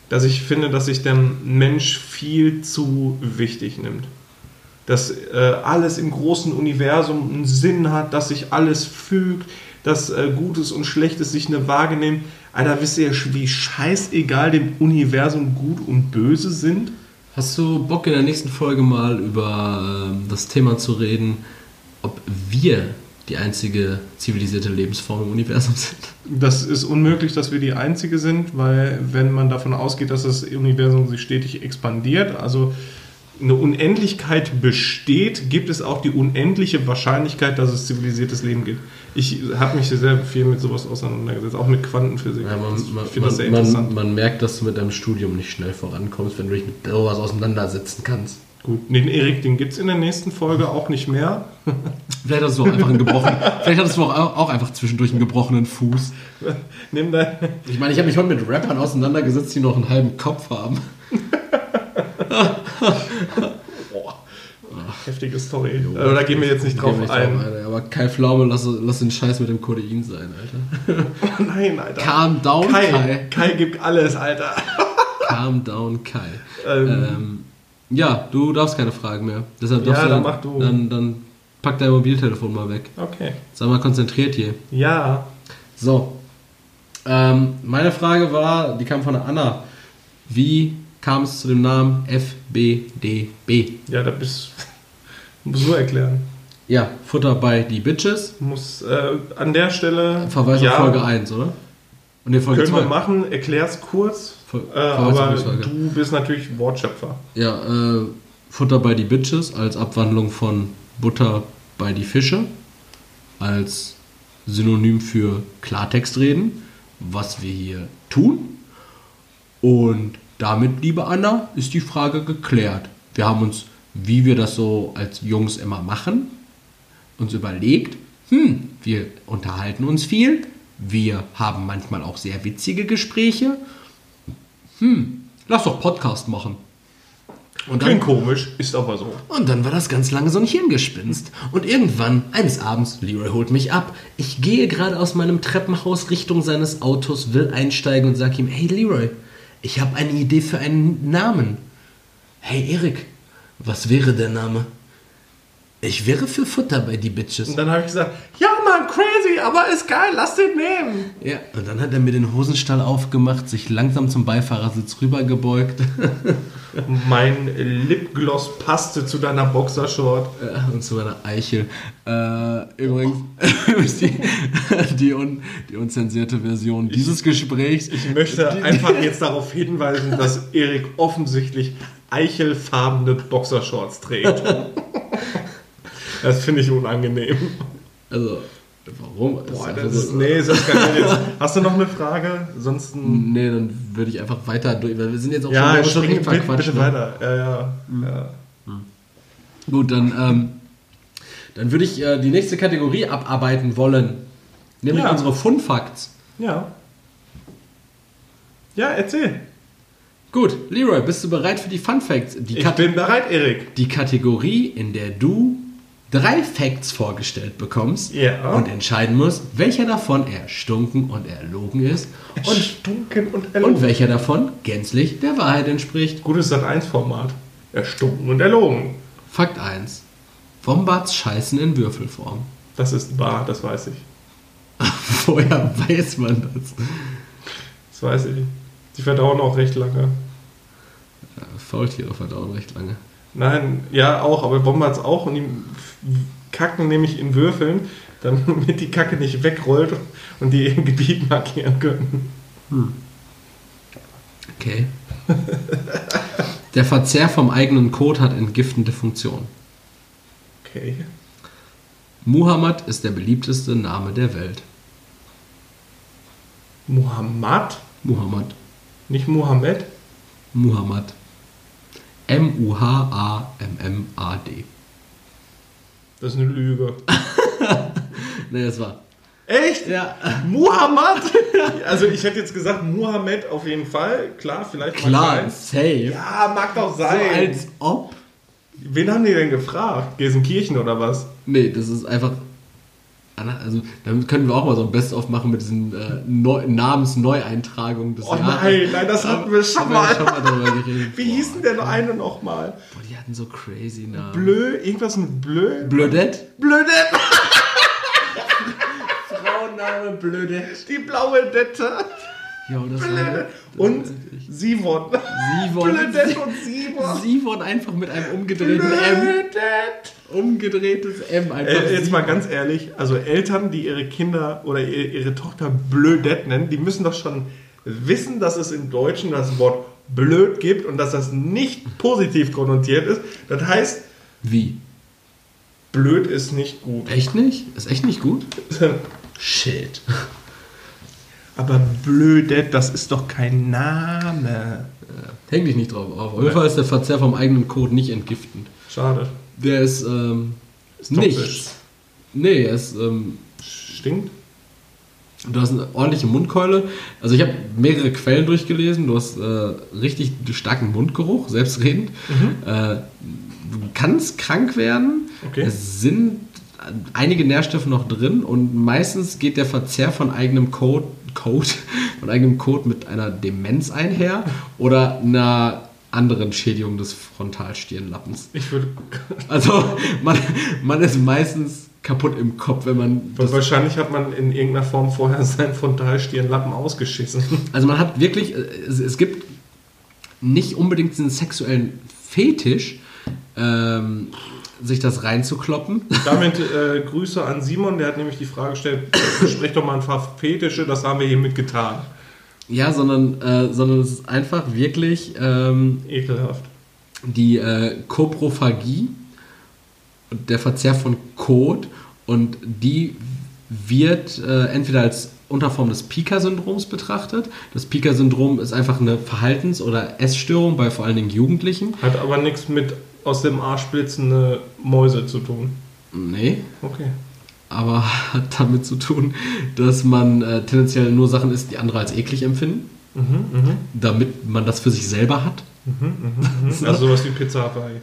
dass ich finde, dass sich der Mensch viel zu wichtig nimmt. Dass äh, alles im großen Universum einen Sinn hat, dass sich alles fügt, dass äh, Gutes und Schlechtes sich eine Waage nehmen. Alter, wisst ihr, wie scheißegal dem Universum Gut und Böse sind? Hast du Bock in der nächsten Folge mal über äh, das Thema zu reden, ob wir die einzige zivilisierte Lebensform im Universum sind? Das ist unmöglich, dass wir die einzige sind, weil wenn man davon ausgeht, dass das Universum sich stetig expandiert, also eine Unendlichkeit besteht, gibt es auch die unendliche Wahrscheinlichkeit, dass es zivilisiertes Leben gibt. Ich habe mich sehr viel mit sowas auseinandergesetzt, auch mit Quantenphysik. Ja, man, man, ich finde das sehr man, interessant. Man merkt, dass du mit deinem Studium nicht schnell vorankommst, wenn du dich mit sowas auseinandersetzen kannst. Gut, den Erik, den gibt es in der nächsten Folge auch nicht mehr. Vielleicht hattest du auch einfach einen gebrochenen, vielleicht hattest du auch, auch einfach zwischendurch einen gebrochenen Fuß. Nimm dein Ich meine, ich habe mich heute mit Rappern auseinandergesetzt, die noch einen halben Kopf haben. Boah. Heftige Story. Jo, da gehen wir jetzt nicht drauf ein. Drauf, aber Kai Pflaume, lass, lass den Scheiß mit dem Kodein sein, Alter. Oh nein, Alter. Calm down, Kai. Kai. Kai gibt alles, Alter. Calm down, Kai. Ähm. Ähm, ja, du darfst keine Fragen mehr. Deshalb darfst Ja, du dann dann, mach du. Dann, dann pack dein Mobiltelefon mal weg. Okay. Sei mal konzentriert hier. Ja. So. Ähm, meine Frage war, die kam von der Anna. Wie kam es zu dem Namen F B D B? Ja, da bist musst du erklären. Ja, Futter bei die Bitches. Muss äh, an der Stelle Verweis ja, auf Folge eins, oder? Und nee, Folge können zwei. wir machen, erklär's kurz. Voll, äh, aber Folge. du bist natürlich Wortschöpfer. Ja, äh, Futter bei die Bitches als Abwandlung von Butter bei die Fische. Als Synonym für Klartext reden, was wir hier tun. Und damit, liebe Anna, ist die Frage geklärt. Wir haben uns, wie wir das so als Jungs immer machen, uns überlegt, hm, wir unterhalten uns viel, wir haben manchmal auch sehr witzige Gespräche. Hm, lass doch Podcast machen. Und dann, Klingt komisch, ist aber so. und dann war das ganz lange so ein Hirngespinst. Und irgendwann, eines Abends, Leroy holt mich ab. Ich gehe gerade aus meinem Treppenhaus Richtung seines Autos, will einsteigen und sage ihm, hey Leroy, ich habe eine Idee für einen Namen. Hey Erik, was wäre der Name? Ich wäre für Futter bei die Bitches. Und dann habe ich gesagt, ja Mann, crazy, aber ist geil, lass den nehmen. Ja, und dann hat er mir den Hosenstall aufgemacht, sich langsam zum Beifahrersitz rübergebeugt. Mein Lipgloss passte zu deiner Boxershort. Ja, und zu meiner Eichel. Äh, übrigens, die, die, un, die unzensierte Version dieses Gesprächs. Ich möchte einfach jetzt darauf hinweisen, dass Erik offensichtlich eichelfarbene Boxershorts trägt. Das finde ich unangenehm. Also, warum? Boah, ist das so, ist, nee, das ist gar nicht jetzt. Hast du noch eine Frage? Sonst Nee, dann würde ich einfach weiter durch, weil wir sind jetzt auch ja, schon, schon spring, echt bitte, verquatscht. bitte Ne? weiter. Ja, ja. Mhm. ja. Gut, dann, ähm, dann würde ich äh, die nächste Kategorie abarbeiten wollen. Nämlich Ja. unsere Fun Facts. Ja. Ja, erzähl. Gut, Leroy, bist du bereit für die Fun Facts? Die Ich Kat- bin bereit, Erik. Die Kategorie, in der du drei Facts vorgestellt bekommst Ja. und entscheiden musst, welcher davon erstunken und erlogen ist und, Erstunken und und erlogen. welcher davon gänzlich der Wahrheit entspricht. Gutes Sat eins Format. Erstunken und erlogen. Fakt eins. Wombats scheißen in Würfelform. Das ist wahr, das weiß ich. Woher weiß man das? Das weiß ich. Die verdauern auch recht lange. Ja, Faultiere verdauen recht lange. Nein, ja auch, aber Wombats auch. Und die kacken nämlich in Würfeln, damit die Kacke nicht wegrollt und die ihr Gebiet markieren können. Hm. Okay. Der Verzehr vom eigenen Kot hat entgiftende Funktion. Okay. Muhammad ist der beliebteste Name der Welt. Muhammad? Muhammad. Nicht Mohammed? Muhammad. M U H A M M A D. Das ist eine Lüge. Ne, das war. Echt? Ja. Muhammad? Also ich hätte jetzt gesagt Muhammad auf jeden Fall. Klar, vielleicht Klar, mag sein. safe. Ja, mag doch So sein. als ob. Wen haben die denn gefragt? Gelsenkirchen oder was? Nee, das ist einfach Also, dann können wir auch mal so ein Best-of machen mit diesen äh, Neu- Namensneueintragungen des Oh Jahres. nein, nein, das hatten wir schon Haben mal. wir schon mal darüber geredet. Wie hieß denn der eine nochmal? Boah, die hatten so crazy Namen. Blö, irgendwas mit Blö? Blödett? Blödett! Frauenname Blödett. Die blaue Dette. Ja, das Blödett. Und Sivon. Sivon. Blödett und Sivon. Sivon einfach mit einem umgedrehten M. Blödett. Umgedrehtes M. Einfach Äh, jetzt mal Sivon. ganz ehrlich, also Eltern, die ihre Kinder oder ihre, ihre Tochter Blödett nennen, die müssen doch schon wissen, dass es im Deutschen das Wort blöd gibt und dass das nicht positiv konnotiert ist. Das heißt, Wie? blöd ist nicht gut. Echt nicht? Ist echt nicht gut? Shit. Aber Blödett, das ist doch kein Name. Häng dich nicht drauf auf. Auf jeden Fall ist der Verzehr vom eigenen Code nicht entgiftend. Schade. Der ist, ähm, Ist nichts. toxisch. Nee, er ist, ähm, Stinkt? du hast eine ordentliche Mundkeule. Also ich habe mehrere Quellen durchgelesen. Du hast äh, richtig starken Mundgeruch, selbstredend. Mhm. Äh, du kannst krank werden. Okay. Es sind einige Nährstoffe noch drin und meistens geht der Verzehr von eigenem Code, Code, von eigenem Code mit einer Demenz einher oder einer anderen Schädigung des Frontalstirnlappens. Ich würde. Also man, man ist meistens kaputt im Kopf, wenn man das, Wahrscheinlich hat man in irgendeiner Form vorher seinen Frontalstirnlappen ausgeschissen. also man hat wirklich, es, es gibt nicht unbedingt diesen sexuellen Fetisch, ähm, sich das reinzukloppen. Damit äh, Grüße an Simon, der hat nämlich die Frage gestellt, sprech doch mal ein paar Fetische, das haben wir hiermit getan. Ja, sondern, äh, sondern es ist einfach wirklich ähm, Ekelhaft. die äh, Koprophagie, der Verzehr von Kot, und die wird äh, entweder als Unterform des Pica-Syndroms betrachtet. Das Pica-Syndrom ist einfach eine Verhaltens- oder Essstörung bei vor allen Dingen Jugendlichen. Hat aber nichts mit aus dem Arsch blitzende Mäuse zu tun. Nee, Okay. aber hat damit zu tun, dass man äh, tendenziell nur Sachen isst, die andere als eklig empfinden, Mhm, mhm, damit man das für sich selber hat. mhm, mhm, mhm. Also sowas wie Pizza Hawaii.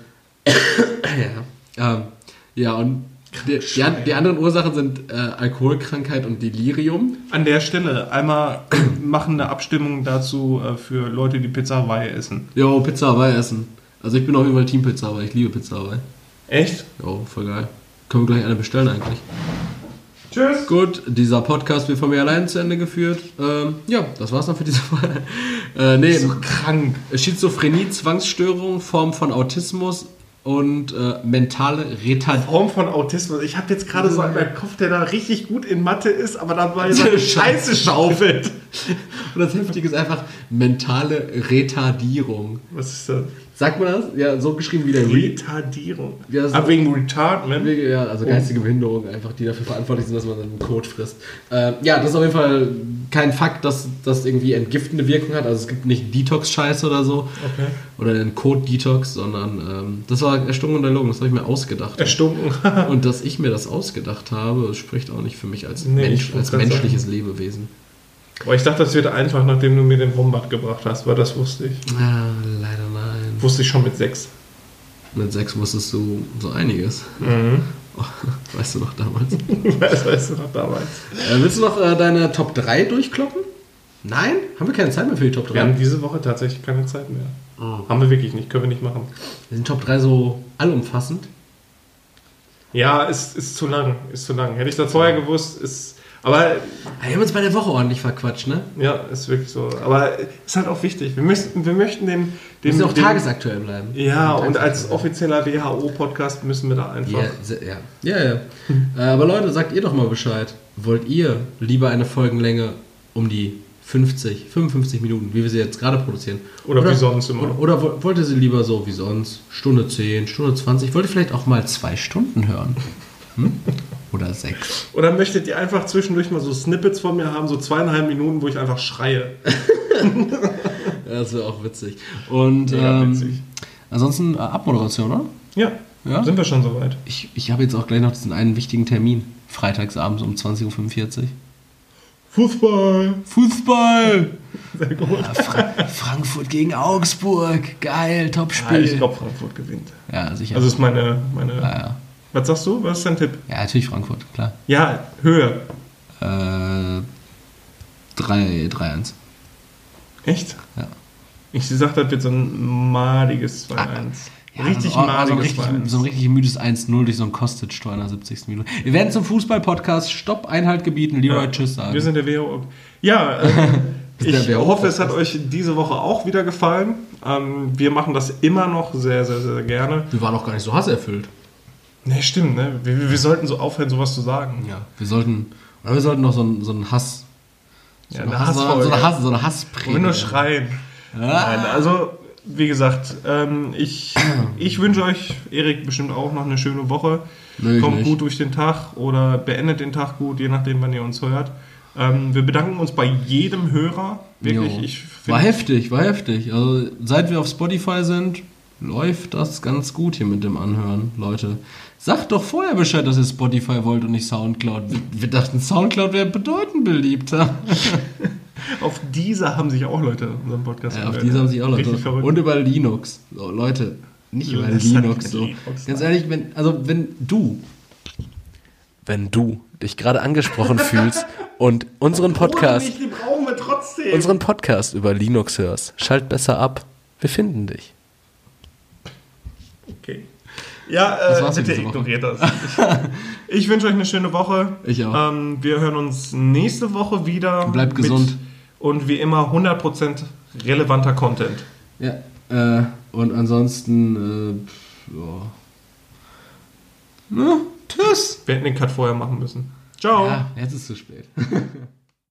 Ja, ähm, ja und die, die, an- die anderen Ursachen sind äh, Alkoholkrankheit und Delirium. An der Stelle einmal machen eine Abstimmung dazu äh, für Leute, die Pizza Hawaii essen. Jo, Pizza Hawaii essen. Also ich bin auf jeden Fall Team Pizza Hawaii. Ich liebe Pizza Hawaii. Echt? Jo, voll geil. Können wir gleich eine bestellen eigentlich. Tschüss. Gut, dieser Podcast wird von mir allein zu Ende geführt. Ähm, ja, das war's dann für diese Folge. Äh, nee, So krank. Schizophrenie, Zwangsstörung, Form von Autismus und äh, mentale Retardierung. Form von Autismus. Ich habe jetzt gerade so einen im Kopf, der da richtig gut in Mathe ist, aber dann mal so eine Scheiße schaufelt. Und das Heftige ist einfach mentale Retardierung. Was ist das? Sagt man das? Ja, so geschrieben wie der Re Retardierung. Ja, so- Aber wegen Retardment. Ja, also geistige Behinderung einfach, die dafür verantwortlich sind, dass man einen Kot frisst. Äh, ja, das ist auf jeden Fall kein Fakt, dass das irgendwie entgiftende Wirkung hat. Also es gibt nicht Detox-Scheiße oder so. Okay. Oder einen Kot-Detox, sondern ähm, das war erstunken und erlogen. Das habe ich mir ausgedacht. Erstunken. Und dass ich mir das ausgedacht habe, spricht auch nicht für mich als, Nee, Mensch, ich wollte als grad menschliches Lebewesen. Aber ich dachte, das wird einfach, nachdem du mir den Wombat gebracht hast, weil das wusste ich. Ah, leider nein. Wusste ich schon mit sechs. Mit sechs wusstest du so einiges. Mhm. Oh, weißt du noch damals? Das weißt du noch damals. Äh, willst du noch äh, deine Top drei durchkloppen? Nein? Haben wir keine Zeit mehr für die Top drei? Wir haben diese Woche tatsächlich keine Zeit mehr. Oh. Haben wir wirklich nicht, können wir nicht machen. Sind Top drei so allumfassend? Ja, ist, ist zu lang, ist zu lang. Hätte ich das vorher gewusst, ist... Aber Ja, wir haben uns bei der Woche ordentlich verquatscht, ne? ja, ist wirklich so. Aber ist halt auch wichtig. Wir möchten, wir möchten den... Wir den müssen auch den, tagesaktuell bleiben. Ja, und als Tagesaktuell. offizieller W H O-Podcast müssen wir da einfach... Ja, se- ja. Ja, ja. Äh, aber Leute, sagt ihr doch mal Bescheid. Wollt ihr lieber eine Folgenlänge um die fünfzig, fünfundfünfzig Minuten, wie wir sie jetzt gerade produzieren? Oder wie sonst immer. Oder, oder wo- wollt ihr sie lieber so wie sonst? Stunde zehn, Stunde zwanzig? Wollt ihr vielleicht auch mal zwei Stunden hören? Hm? Oder sechs? Oder möchtet ihr einfach zwischendurch mal so Snippets von mir haben, so zweieinhalb Minuten, wo ich einfach schreie? Ja, das wäre auch witzig. Und Mega ähm, witzig. ansonsten äh, Abmoderation, oder? Ja, Ja? sind wir schon soweit. Ich, ich habe jetzt auch gleich noch diesen einen wichtigen Termin. Freitagsabends um zwanzig Uhr fünfundvierzig. Fußball! Fußball! Sehr gut. Ja, Fra- Frankfurt gegen Augsburg. Geil, Ja, Topspiel. ich glaube, Frankfurt gewinnt. Ja, sicher. Also ist meine, meine ja, ja. Was sagst du? Was ist dein Tipp? Ja, natürlich Frankfurt, klar. Ja, Höhe. Äh, drei eins. Echt? Ja. Ich sag, das wird so ein madiges zwei eins. Ja, richtig also, madiges also ein richtig, zwei eins. so ein richtig müdes eins null durch so ein Kostic-Tor in der siebzigsten Minute. Wir werden zum Fußball-Podcast Stopp, Einhalt gebieten, Leroy, Ja, Tschüss sagen. Wir sind der W H O. Ja, äh, ich W H O hoffe, es hat euch diese Woche auch wieder gefallen. Ähm, wir machen das immer noch sehr, sehr, sehr gerne. Wir waren auch gar nicht so hasserfüllt. Ne, stimmt, ne? Wir, wir sollten so aufhören, sowas zu sagen. Ja, wir sollten, oder wir sollten noch so einen, so einen Hass, so Ja, eine, eine Hass, so Hassfolge. eine Hass, so eine Und Hasspredigt. wir nur schreien. Ah. Nein, also, wie gesagt, ähm, ich, ich wünsche euch, Erik, bestimmt auch noch eine schöne Woche. Nee, Kommt nicht. gut durch den Tag oder beendet den Tag gut, je nachdem, wann ihr uns hört. Ähm, wir bedanken uns bei jedem Hörer. Wirklich, Jo. ich War finde. heftig, war heftig. Also seit wir auf Spotify sind, läuft das ganz gut hier mit dem Anhören, Leute. Sagt doch vorher Bescheid, dass ihr Spotify wollt und nicht Soundcloud. Wir, wir dachten, Soundcloud wäre bedeutend beliebter. Auf dieser haben sich auch Leute unseren Podcast Ja, auf angehört. diese haben sich auch Leute. Richtig verrückt. Und über Linux. So, Leute, nicht über Das hat Linux. mit So. Linux Ganz sein. ehrlich, wenn, also wenn du, Wenn du dich gerade angesprochen fühlst und unseren Podcast, Nicht, die brauchen wir trotzdem. unseren Podcast über Linux hörst, schalt besser ab. Wir finden dich. Okay. Ja, Das äh, war's für bitte diese Woche. ignoriert das. Ich, ich wünsche euch eine schöne Woche. Ich auch. Ähm, wir hören uns nächste Woche wieder. Bleibt mit- gesund. Und wie immer hundert Prozent relevanter Content. ja, äh, und ansonsten, äh, pf, ja. Na, tschüss. Wir hätten den Cut vorher machen müssen. Ciao. Ja, jetzt ist es zu spät.